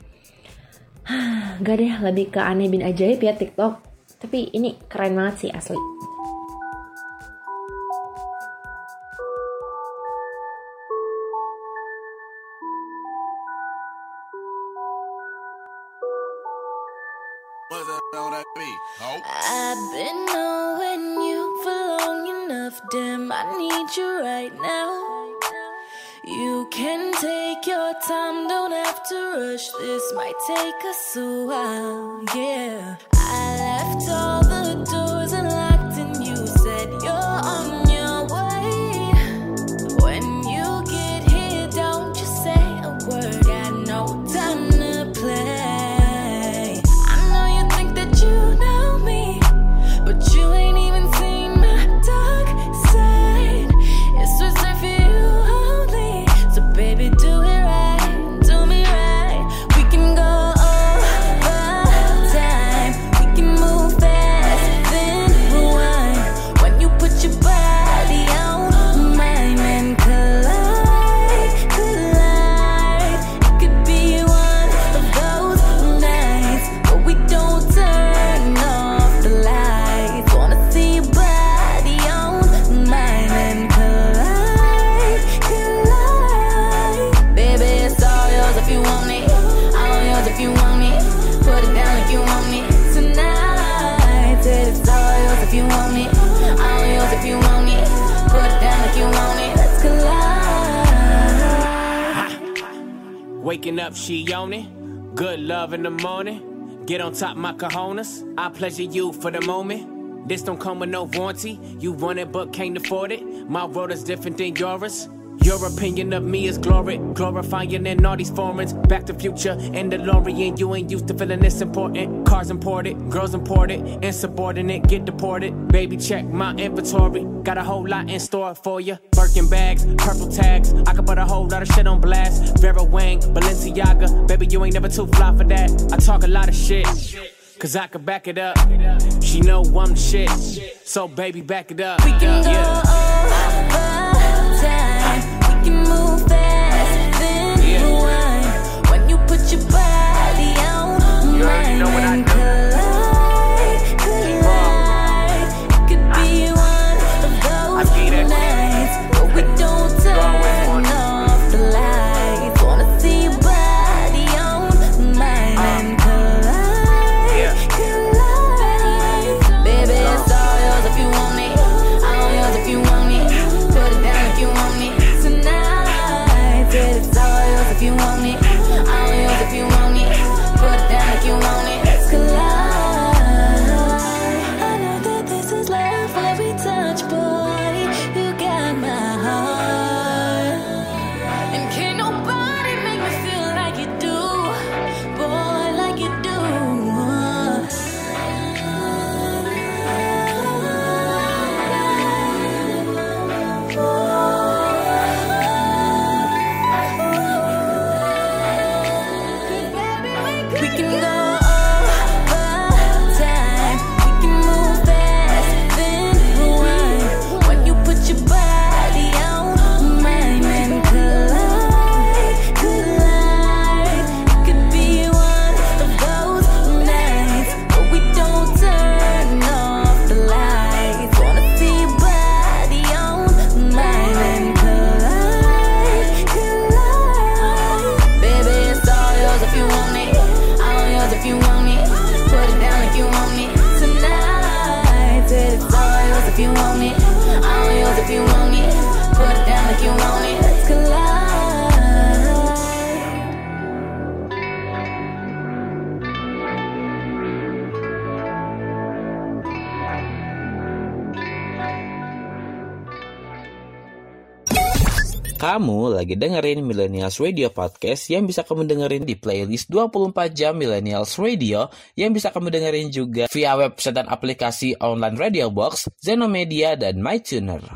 Gak deh, lebih ke aneh bin ajaib ya TikTok. Tapi ini keren banget sih asli. I've been knowing you for long enough, damn, I need you right now. You can take your time, don't have to rush, this might take us a while, yeah. I left all the doors unlocked and you said you're on your way. When you get here, don't you say a word, got no time to play. But you ain't even seen my dark side. It's reserved for you only. So baby, do it right, do me right. We can go over time. We can move fast, then rewind. When you put your body on mine and collide. It could be one of those nights where we don't turn off the light. If you want me, put it down if you want me tonight. Said it's all yours if you want me, all yours if you want me, put it down if you want me. Let's collide. Waking up, she on it. Good love in the morning. Get on top my cojones. I pleasure you for the moment. This don't come with no warranty. You want it but can't afford it. My world is different than yours. Your opinion of me is glory, glorifying in all these foreigns. Back to Future and DeLorean, you ain't used to feeling this important. Cars imported, girls imported, insubordinate, get deported. Baby, check my inventory, got a whole lot in store for you. Birkin bags, purple tags, I could put a whole lot of shit on blast. Vera Wang, Balenciaga, baby, you ain't never too fly for that. I talk a lot of shit, cause I could back it up. She know I'm the shit, so baby, back it up. We can go over time. We can move fast, then rewind. When you put your body on mine and collide. It could be one of those nights where we don't turn off the lights. Wanna see your body on mine and collide. Baby, it's all yours if you want me, all yours if you want me. Kamu lagi dengerin Millennials Radio Podcast yang bisa kamu dengerin di playlist 24 jam Millennials Radio yang bisa kamu dengerin juga via website dan aplikasi online Radio Box, Zenomedia, dan MyTuner.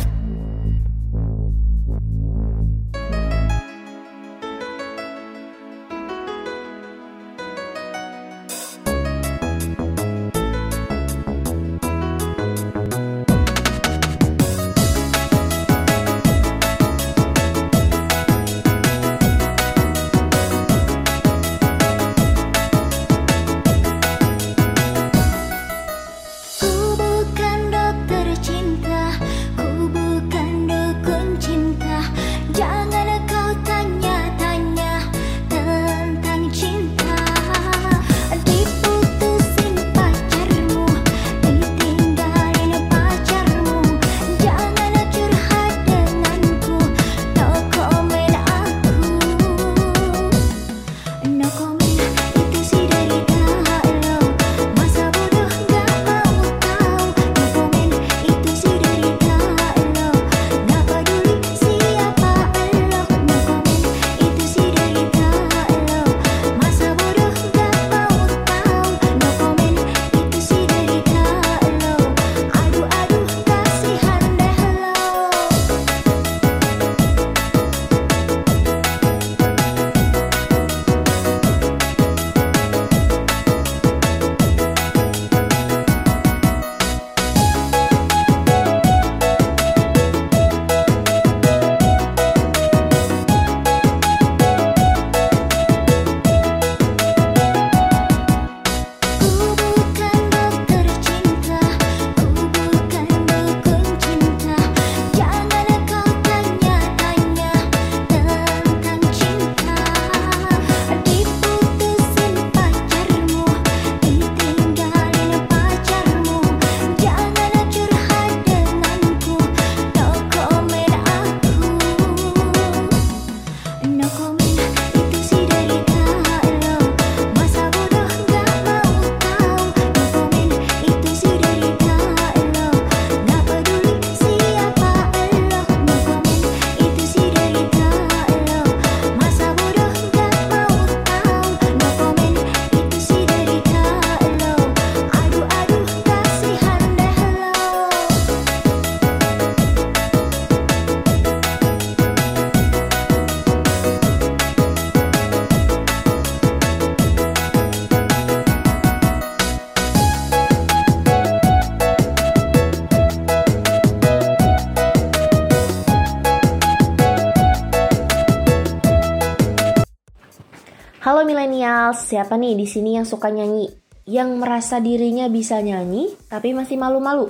Halo millennials, siapa nih di sini yang suka nyanyi? Yang merasa dirinya bisa nyanyi tapi masih malu-malu?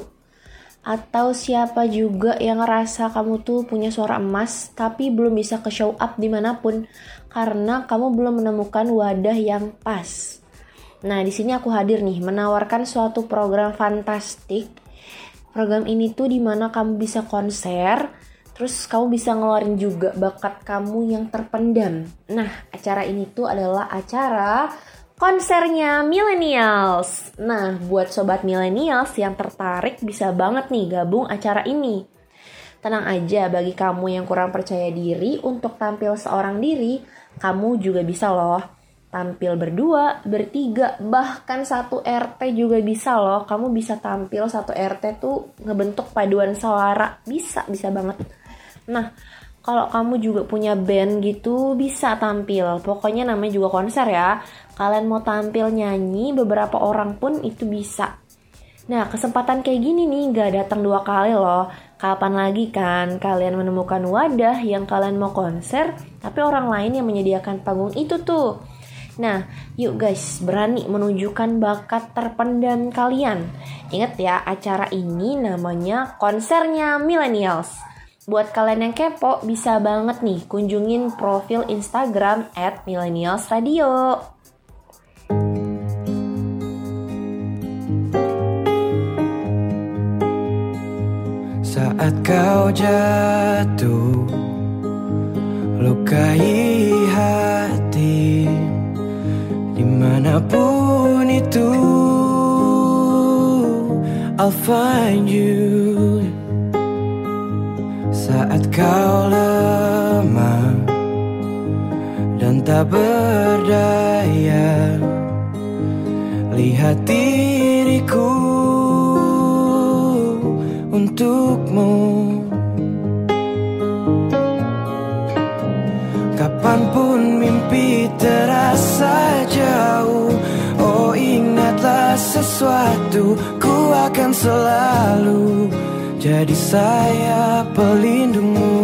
Atau siapa juga yang ngerasa kamu tuh punya suara emas tapi belum bisa ke show up dimanapun karena kamu belum menemukan wadah yang pas? Nah, di sini aku hadir nih menawarkan suatu program fantastik. Program ini tuh dimana kamu bisa konser, terus kamu bisa ngeluarin juga bakat kamu yang terpendam. Nah, acara ini tuh adalah acara konsernya millennials. Nah, buat sobat millennials yang tertarik bisa banget nih gabung acara ini. Tenang aja, bagi kamu yang kurang percaya diri untuk tampil seorang diri, kamu juga bisa loh. Tampil berdua, bertiga, bahkan satu RT juga bisa loh. Kamu bisa tampil satu RT tuh ngebentuk paduan suara. Bisa banget. Nah, kalau kamu juga punya band gitu bisa tampil. Pokoknya namanya juga konser ya. Kalian mau tampil nyanyi beberapa orang pun itu bisa. Nah, kesempatan kayak gini nih gak datang 2 kali loh. Kapan lagi kan kalian menemukan wadah yang kalian mau konser, tapi orang lain yang menyediakan panggung itu tuh. Nah, yuk guys, berani menunjukkan bakat terpendam kalian. Ingat ya, acara ini namanya konsernya millennials. Buat kalian yang kepo, bisa banget nih kunjungin profil Instagram @millennialsradio. Saat kau jatuh, lukai hati, dimanapun itu, I'll find you. Saat kau lemah dan tak berdaya, lihat diriku untukmu. Kapanpun mimpi terasa jauh, oh ingatlah sesuatu, ku akan selalu jadi sayap pelindungmu.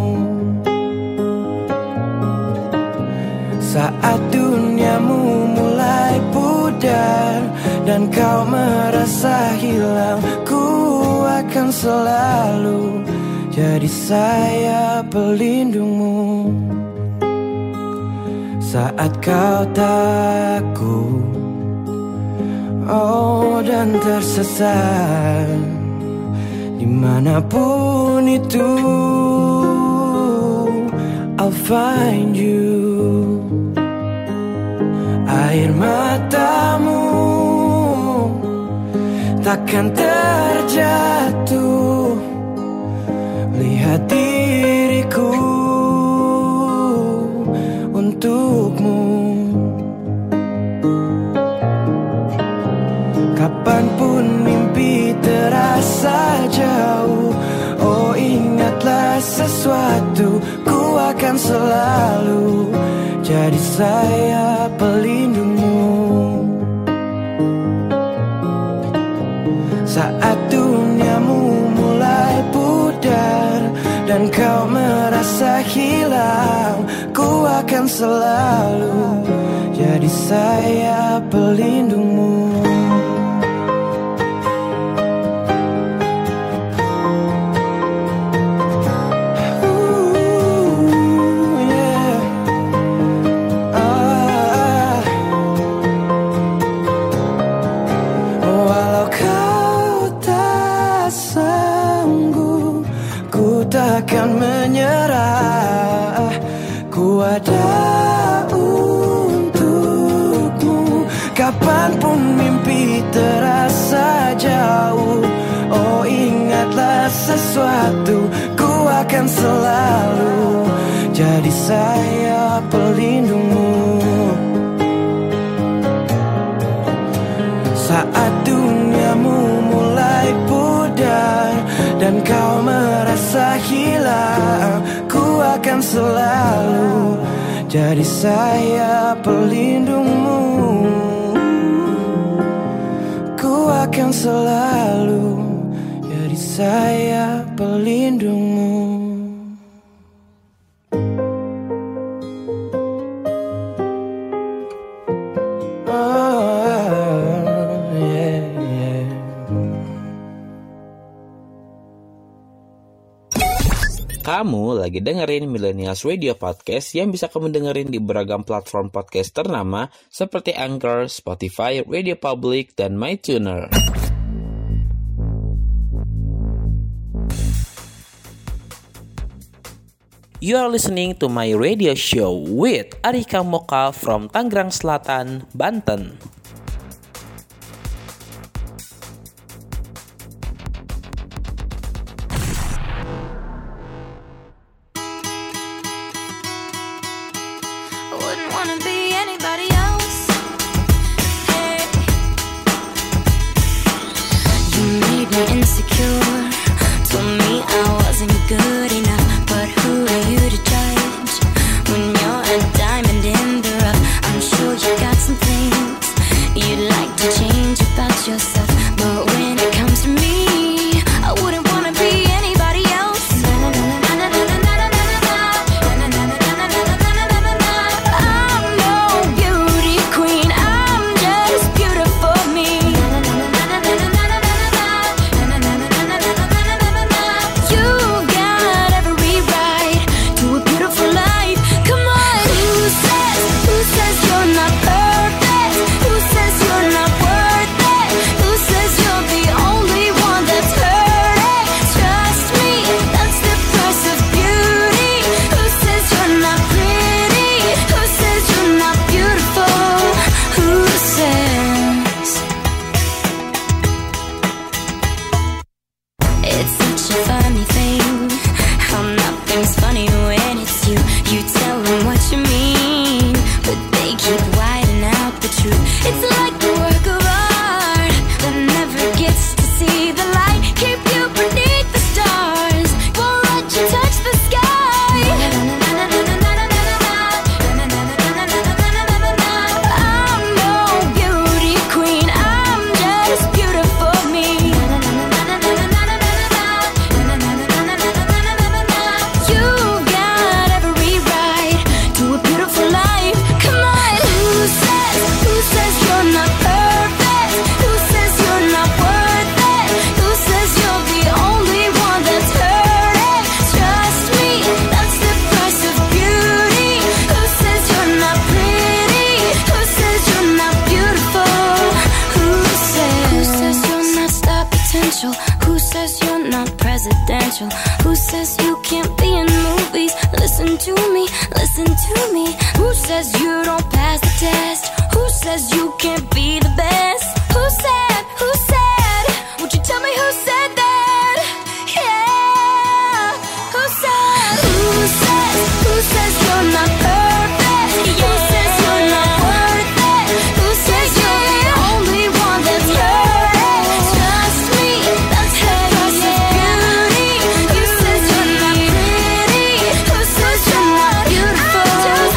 Saat duniamu mulai pudar dan kau merasa hilang, ku akan selalu jadi sayap pelindungmu. Saat kau takut, oh dan tersesat, dimanapun itu, I'll find you. Air matamu takkan terjatuh, lihat diriku untukmu. Kapanpun mimpi terasa jauh, oh ingatlah sesuatu, ku akan selalu jadi sayap pelindungmu. Saat duniamu mulai pudar dan kau merasa hilang, ku akan selalu jadi sayap pelindungmu. Walau kau tak sanggup, ku takkan menyerah, ku ada untukmu. Kapanpun mimpi terasa jauh, oh ingatlah sesuatu, ku akan selalu jadi sayap pelindungmu. Saat duniamu mulai pudar dan kau merasa hilang, ku akan selalu jadi sayap pelindungmu. Ku akan selalu jadi sayap pelindungmu. Kamu lagi dengerin Millennials Radio Podcast yang bisa kamu dengerin di beragam platform podcast ternama seperti Anchor, Spotify, Radio Public, dan MyTuner. You are listening to my radio show with Arika Moka from Tangerang Selatan, Banten. Insecure, told me I wasn't good enough, but who are you to judge? When you're a diamond in the rough, I'm sure you got some things you'd like to change about yourself, but when it comes to me, I wouldn't wanna be anybody else. I'm no beauty queen, I'm just beautiful me. You got special? Who says you can't be in movies? Listen to me, listen to me. Who says you don't pass the test? Who says you can't be the best? Who said, would you tell me who said that? Yeah, who says you're not perfect? Who says you're not worth it? Who says you're the only one that's perfect? Trust me, that's the price of beauty. Who says you're not pretty? Who says you're not beautiful?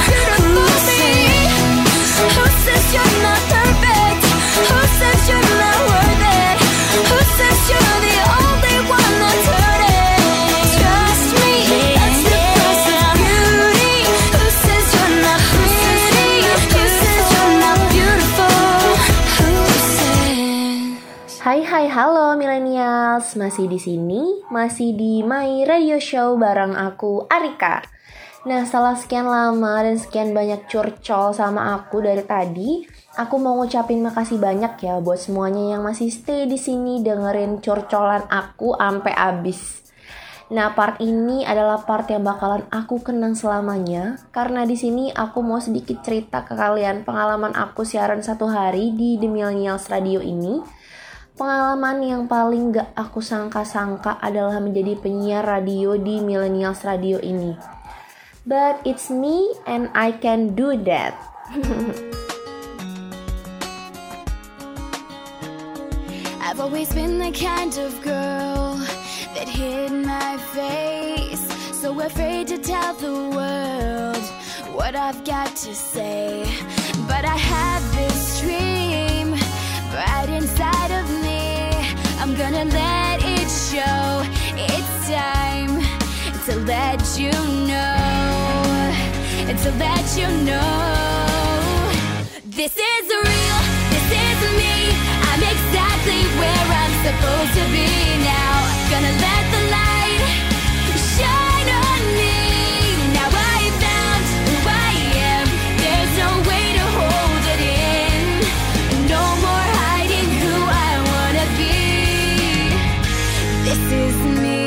Who says you're not perfect? Who says you're not worth it? Who says you're the only one that's hurting? Trust me, that's the price of beauty. Who says you're not pretty? Who says you're not beautiful? Who says? Hai, halo millennials, masih di sini, masih di My Radio Show bareng aku Arika. Nah, setelah sekian lama dan sekian banyak curcol sama aku dari tadi, aku mau ngucapin makasih banyak ya buat semuanya yang masih stay di sini dengerin curcolan aku sampai abis. Nah, part ini adalah part yang bakalan aku kenang selamanya karena di sini aku mau sedikit cerita ke kalian pengalaman aku siaran 1 hari di The Millennials Radio ini. Pengalaman yang paling gak aku sangka-sangka adalah menjadi penyiar radio di Millennials Radio ini. But it's me and I can do that. I've always been the kind of girl that hid my face, so afraid to tell the world what I've got to say. But I have this dream right inside of me. I'm gonna let it show. It's time to let you know, to let you know. This is real, this is me. I'm exactly where I'm supposed to be now. Gonna let the light shine on me. Now I found who I am. There's no way to hold it in. No more hiding who I wanna be. This is me.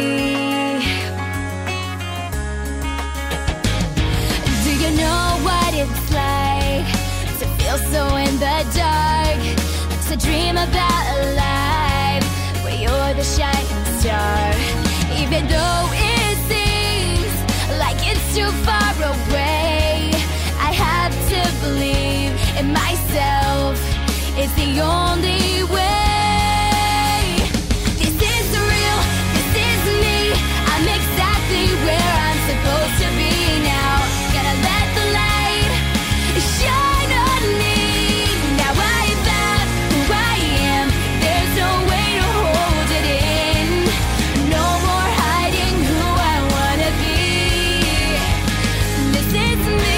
Do you know what it's like to feel so in the dark? To dream about a life where you're the shining star. Even though it seems like it's too far away, I have to believe in myself. It's the only way. This is real, this is me. I'm exactly where I'm supposed to be now. Gonna let the light shine on me. Now I found who I am. There's no way to hold it in. No more hiding who I wanna be. This is me.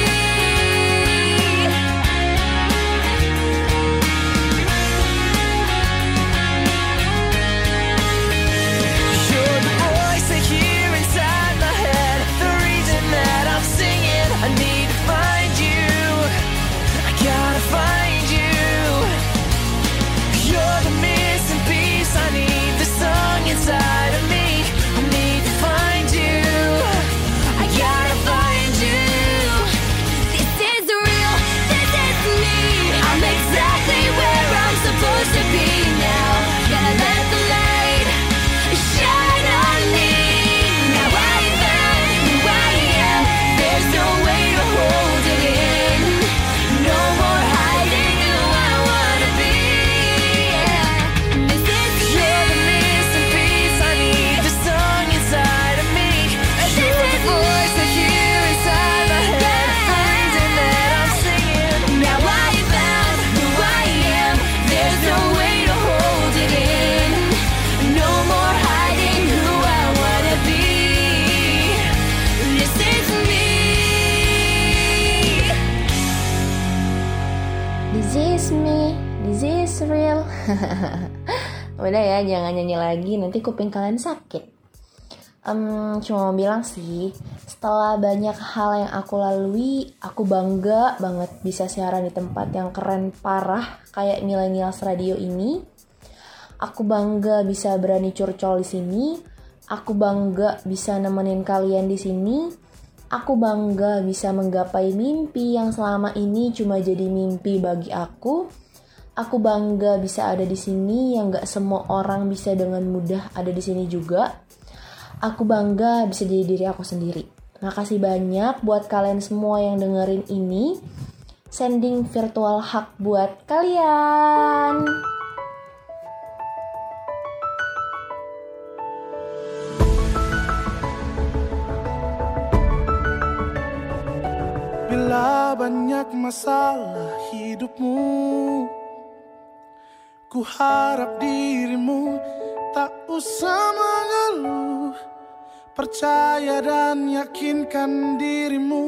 You're the voice I hear inside my head, the reason that I'm singing. I need to find you, I gotta find you. You're the missing piece, I need the song inside of me. I need to find you, I gotta find you. This is real, this is me. I'm exactly where I'm supposed to be now. Gonna let the light shine on me. Now I found who I am. There's no way to hold it in. No more hiding who I wanna be. This is You're the missing piece, I need the song inside of me. You're the voice I hear inside my head, the reason that I'm singing. Now I found who I am. There's no way to hold it in. No more hiding who I wanna be. This is me. This is me, this is real. Udah ya, jangan nyanyi lagi, nanti kuping kalian sakit. Cuma mau bilang sih, setelah banyak hal yang aku lalui, aku bangga banget bisa siaran di tempat yang keren parah kayak Millennials Radio ini. Aku bangga bisa berani curcol di sini. Aku bangga bisa nemenin kalian di sini. Aku bangga bisa menggapai mimpi yang selama ini cuma jadi mimpi bagi aku. Aku bangga bisa ada di sini yang gak semua orang bisa dengan mudah ada di sini juga. Aku bangga bisa jadi diri aku sendiri. Makasih banyak buat kalian semua yang dengerin ini. Sending virtual hug buat kalian. Bila banyak masalah hidupmu, ku harap dirimu tak usah mengeluh. Percaya dan yakinkan dirimu,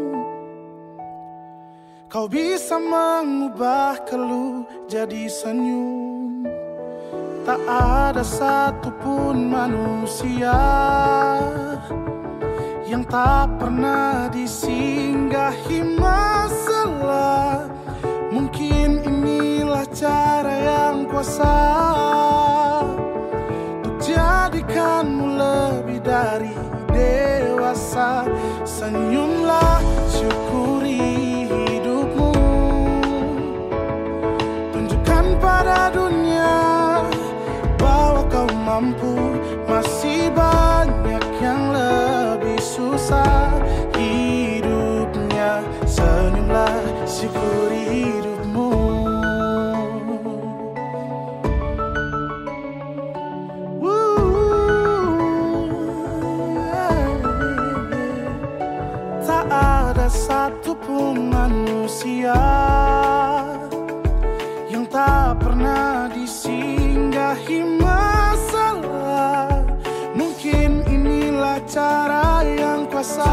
kau bisa mengubah keluh jadi senyum. Tak ada satupun manusia yang tak pernah disinggahi masalah. Mungkin inilah cara yang kuasa untuk jadikanmu lebih dari dewasa. Senyumlah, syukuri hidupmu. Tunjukkan pada dunia bahwa kau mampu. Masih banyak yang lebih susah hidupnya. Senyumlah, syukuri hidupmu. Tak ada satupun manusia yang tak pernah disinggahi masalah. Mungkin inilah cara yang kuasa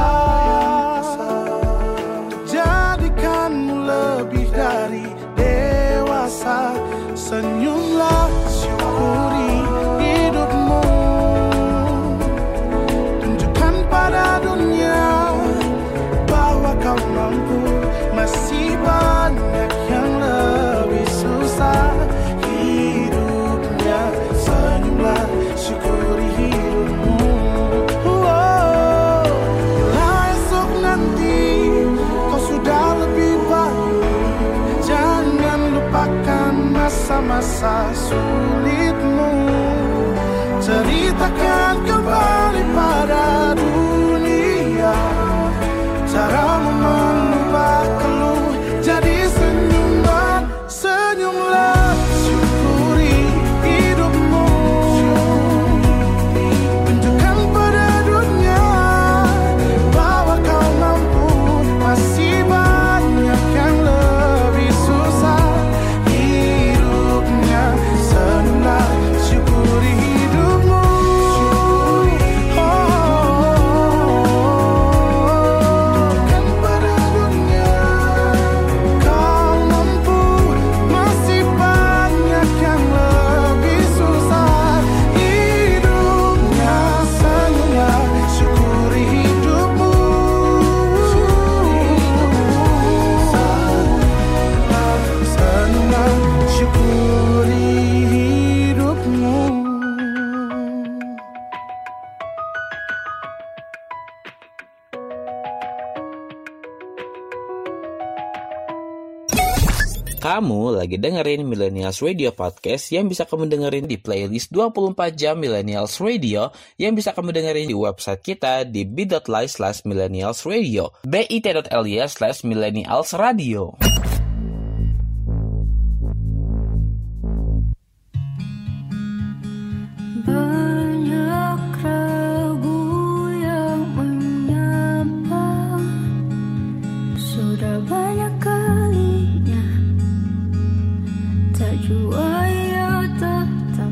jadikanmu lebih dari dewasa. Senyumlah, syukuri hidupmu. Tunjukkan pada dunia bahwa kau mampu. Masih banyak yang lebih susah hidupnya. Senyumlah, syukuri hidupmu. Bila esok nanti kau sudah lebih baik, jangan lupakan masa-masa sulitmu. Ceritakan kembali pada dunia caramu mengubah keluh jadi senyuman. Senyumlah, syukuri hidupmu. Tunjukkan pada dunia bahwa kau mampu. Masih banyak yang lebih susah hidupnya. Senyumlah, syukuri hidupmu. Tunjukkan pada dunia kau mampu. Masih banyak yang lebih susah hidupnya. Senyumlah, syukuri hidupmu. Senyumlah, syukuri hidupmu. Kamu lagi dengerin Millennials Radio Podcast yang bisa kamu dengerin di playlist 24 jam Millennials Radio yang bisa kamu dengerin di website kita di bit.ly/millennialsradio bit.ly/millennialsradio. Banyak ragu yang menyapa, sudah banyak kalinya tak jua ia tetap.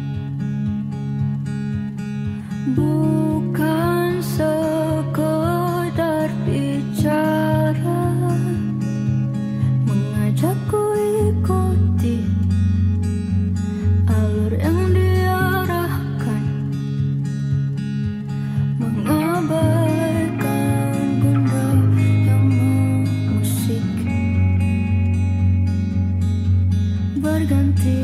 Bukan sekedar bicara, mengajakku ikuti alur yang diarahkan, mengabaikan gundah yang mengusik, berganti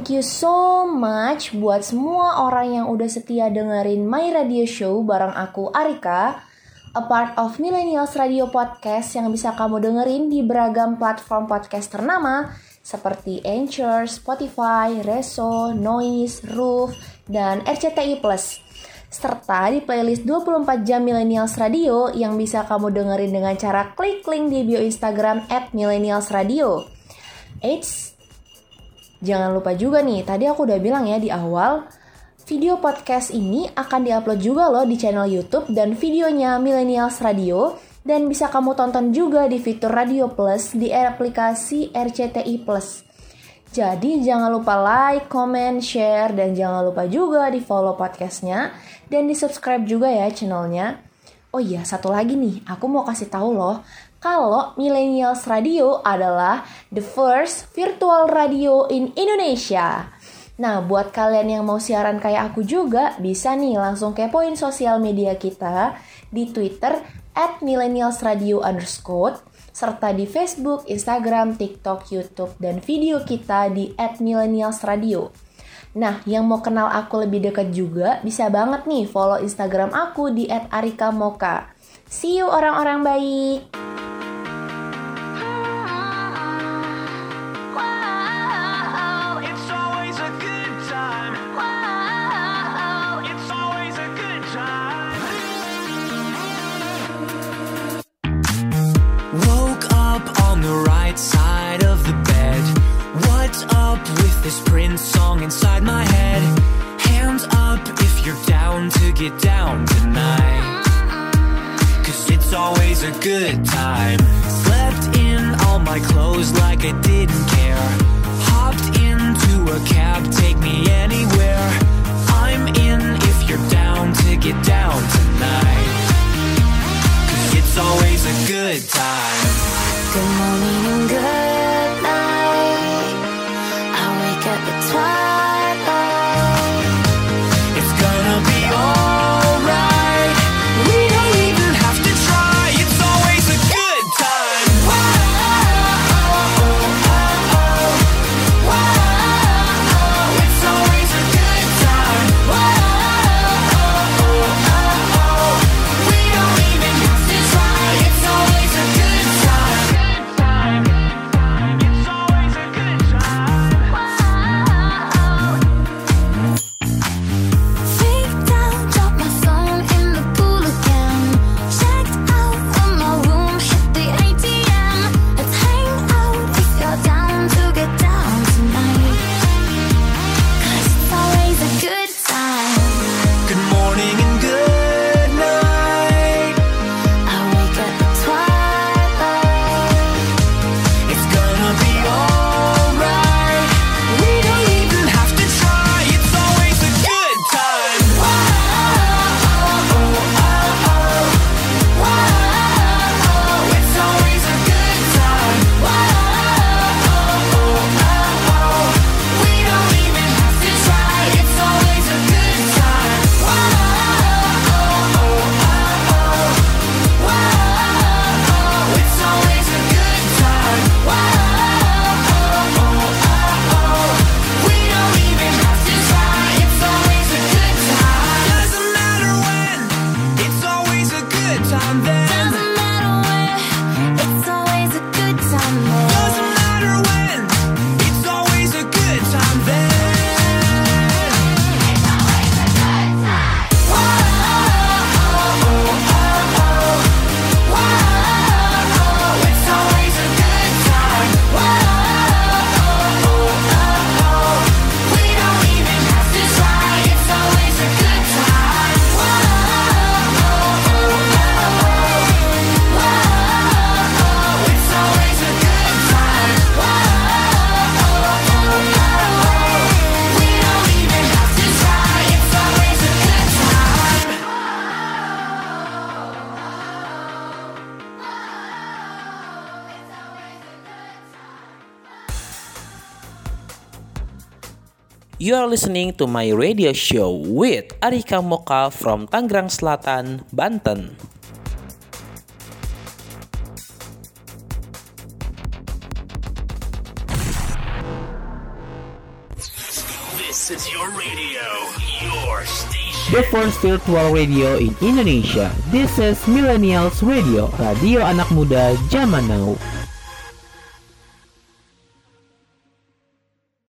thank you so much buat semua orang yang udah setia dengerin My Radio Show bareng aku Arika, a part of Millennials Radio Podcast yang bisa kamu dengerin di beragam platform podcast ternama seperti Anchor, Spotify, Reso, Noise, Roof, dan RCTI+. Serta di playlist 24 jam Millennials Radio yang bisa kamu dengerin dengan cara klik link di bio Instagram @millennialsradio. Eits, jangan lupa juga nih, tadi aku udah bilang ya di awal, video podcast ini akan diupload juga loh di channel YouTube dan videonya Millennials Radio, dan bisa kamu tonton juga di fitur Radio Plus di aplikasi RCTI Plus. Jadi jangan lupa like, comment, share, dan jangan lupa juga di follow podcastnya dan di subscribe juga ya channelnya. Oh iya, satu lagi nih, aku mau kasih tahu loh, kalau Millennials Radio adalah the first virtual radio in Indonesia. Nah, buat kalian yang mau siaran kayak aku juga, bisa nih langsung kepoin sosial media kita di Twitter @millennialsradio_, serta di Facebook, Instagram, TikTok, YouTube, dan video kita di @millennialsradio. Nah, yang mau kenal aku lebih dekat juga, bisa banget nih follow Instagram aku di @arikamoka. See you orang-orang baik! Side of the bed. What's up with this Prince song inside my head? Hands up if you're down to get down tonight, 'cause it's always a good time. Slept in all my clothes like I didn't care. Hopped into a cab, take me anywhere. I'm in if you're down to get down tonight, 'cause it's always a good time. Good morning and good night. I wake up at twilight. It's gonna be alright. We don't even have to try. It's always a good time. Whoa, oh, oh, oh, oh. Whoa, it's always a good time. Whoa, oh, oh, oh. We don't even have to try. It's always a good time. You are listening to my radio show with Arika Moka from Tangerang Selatan, Banten. This is your radio, your station. The first virtual radio in Indonesia. This is Millennials Radio, radio anak muda zaman now.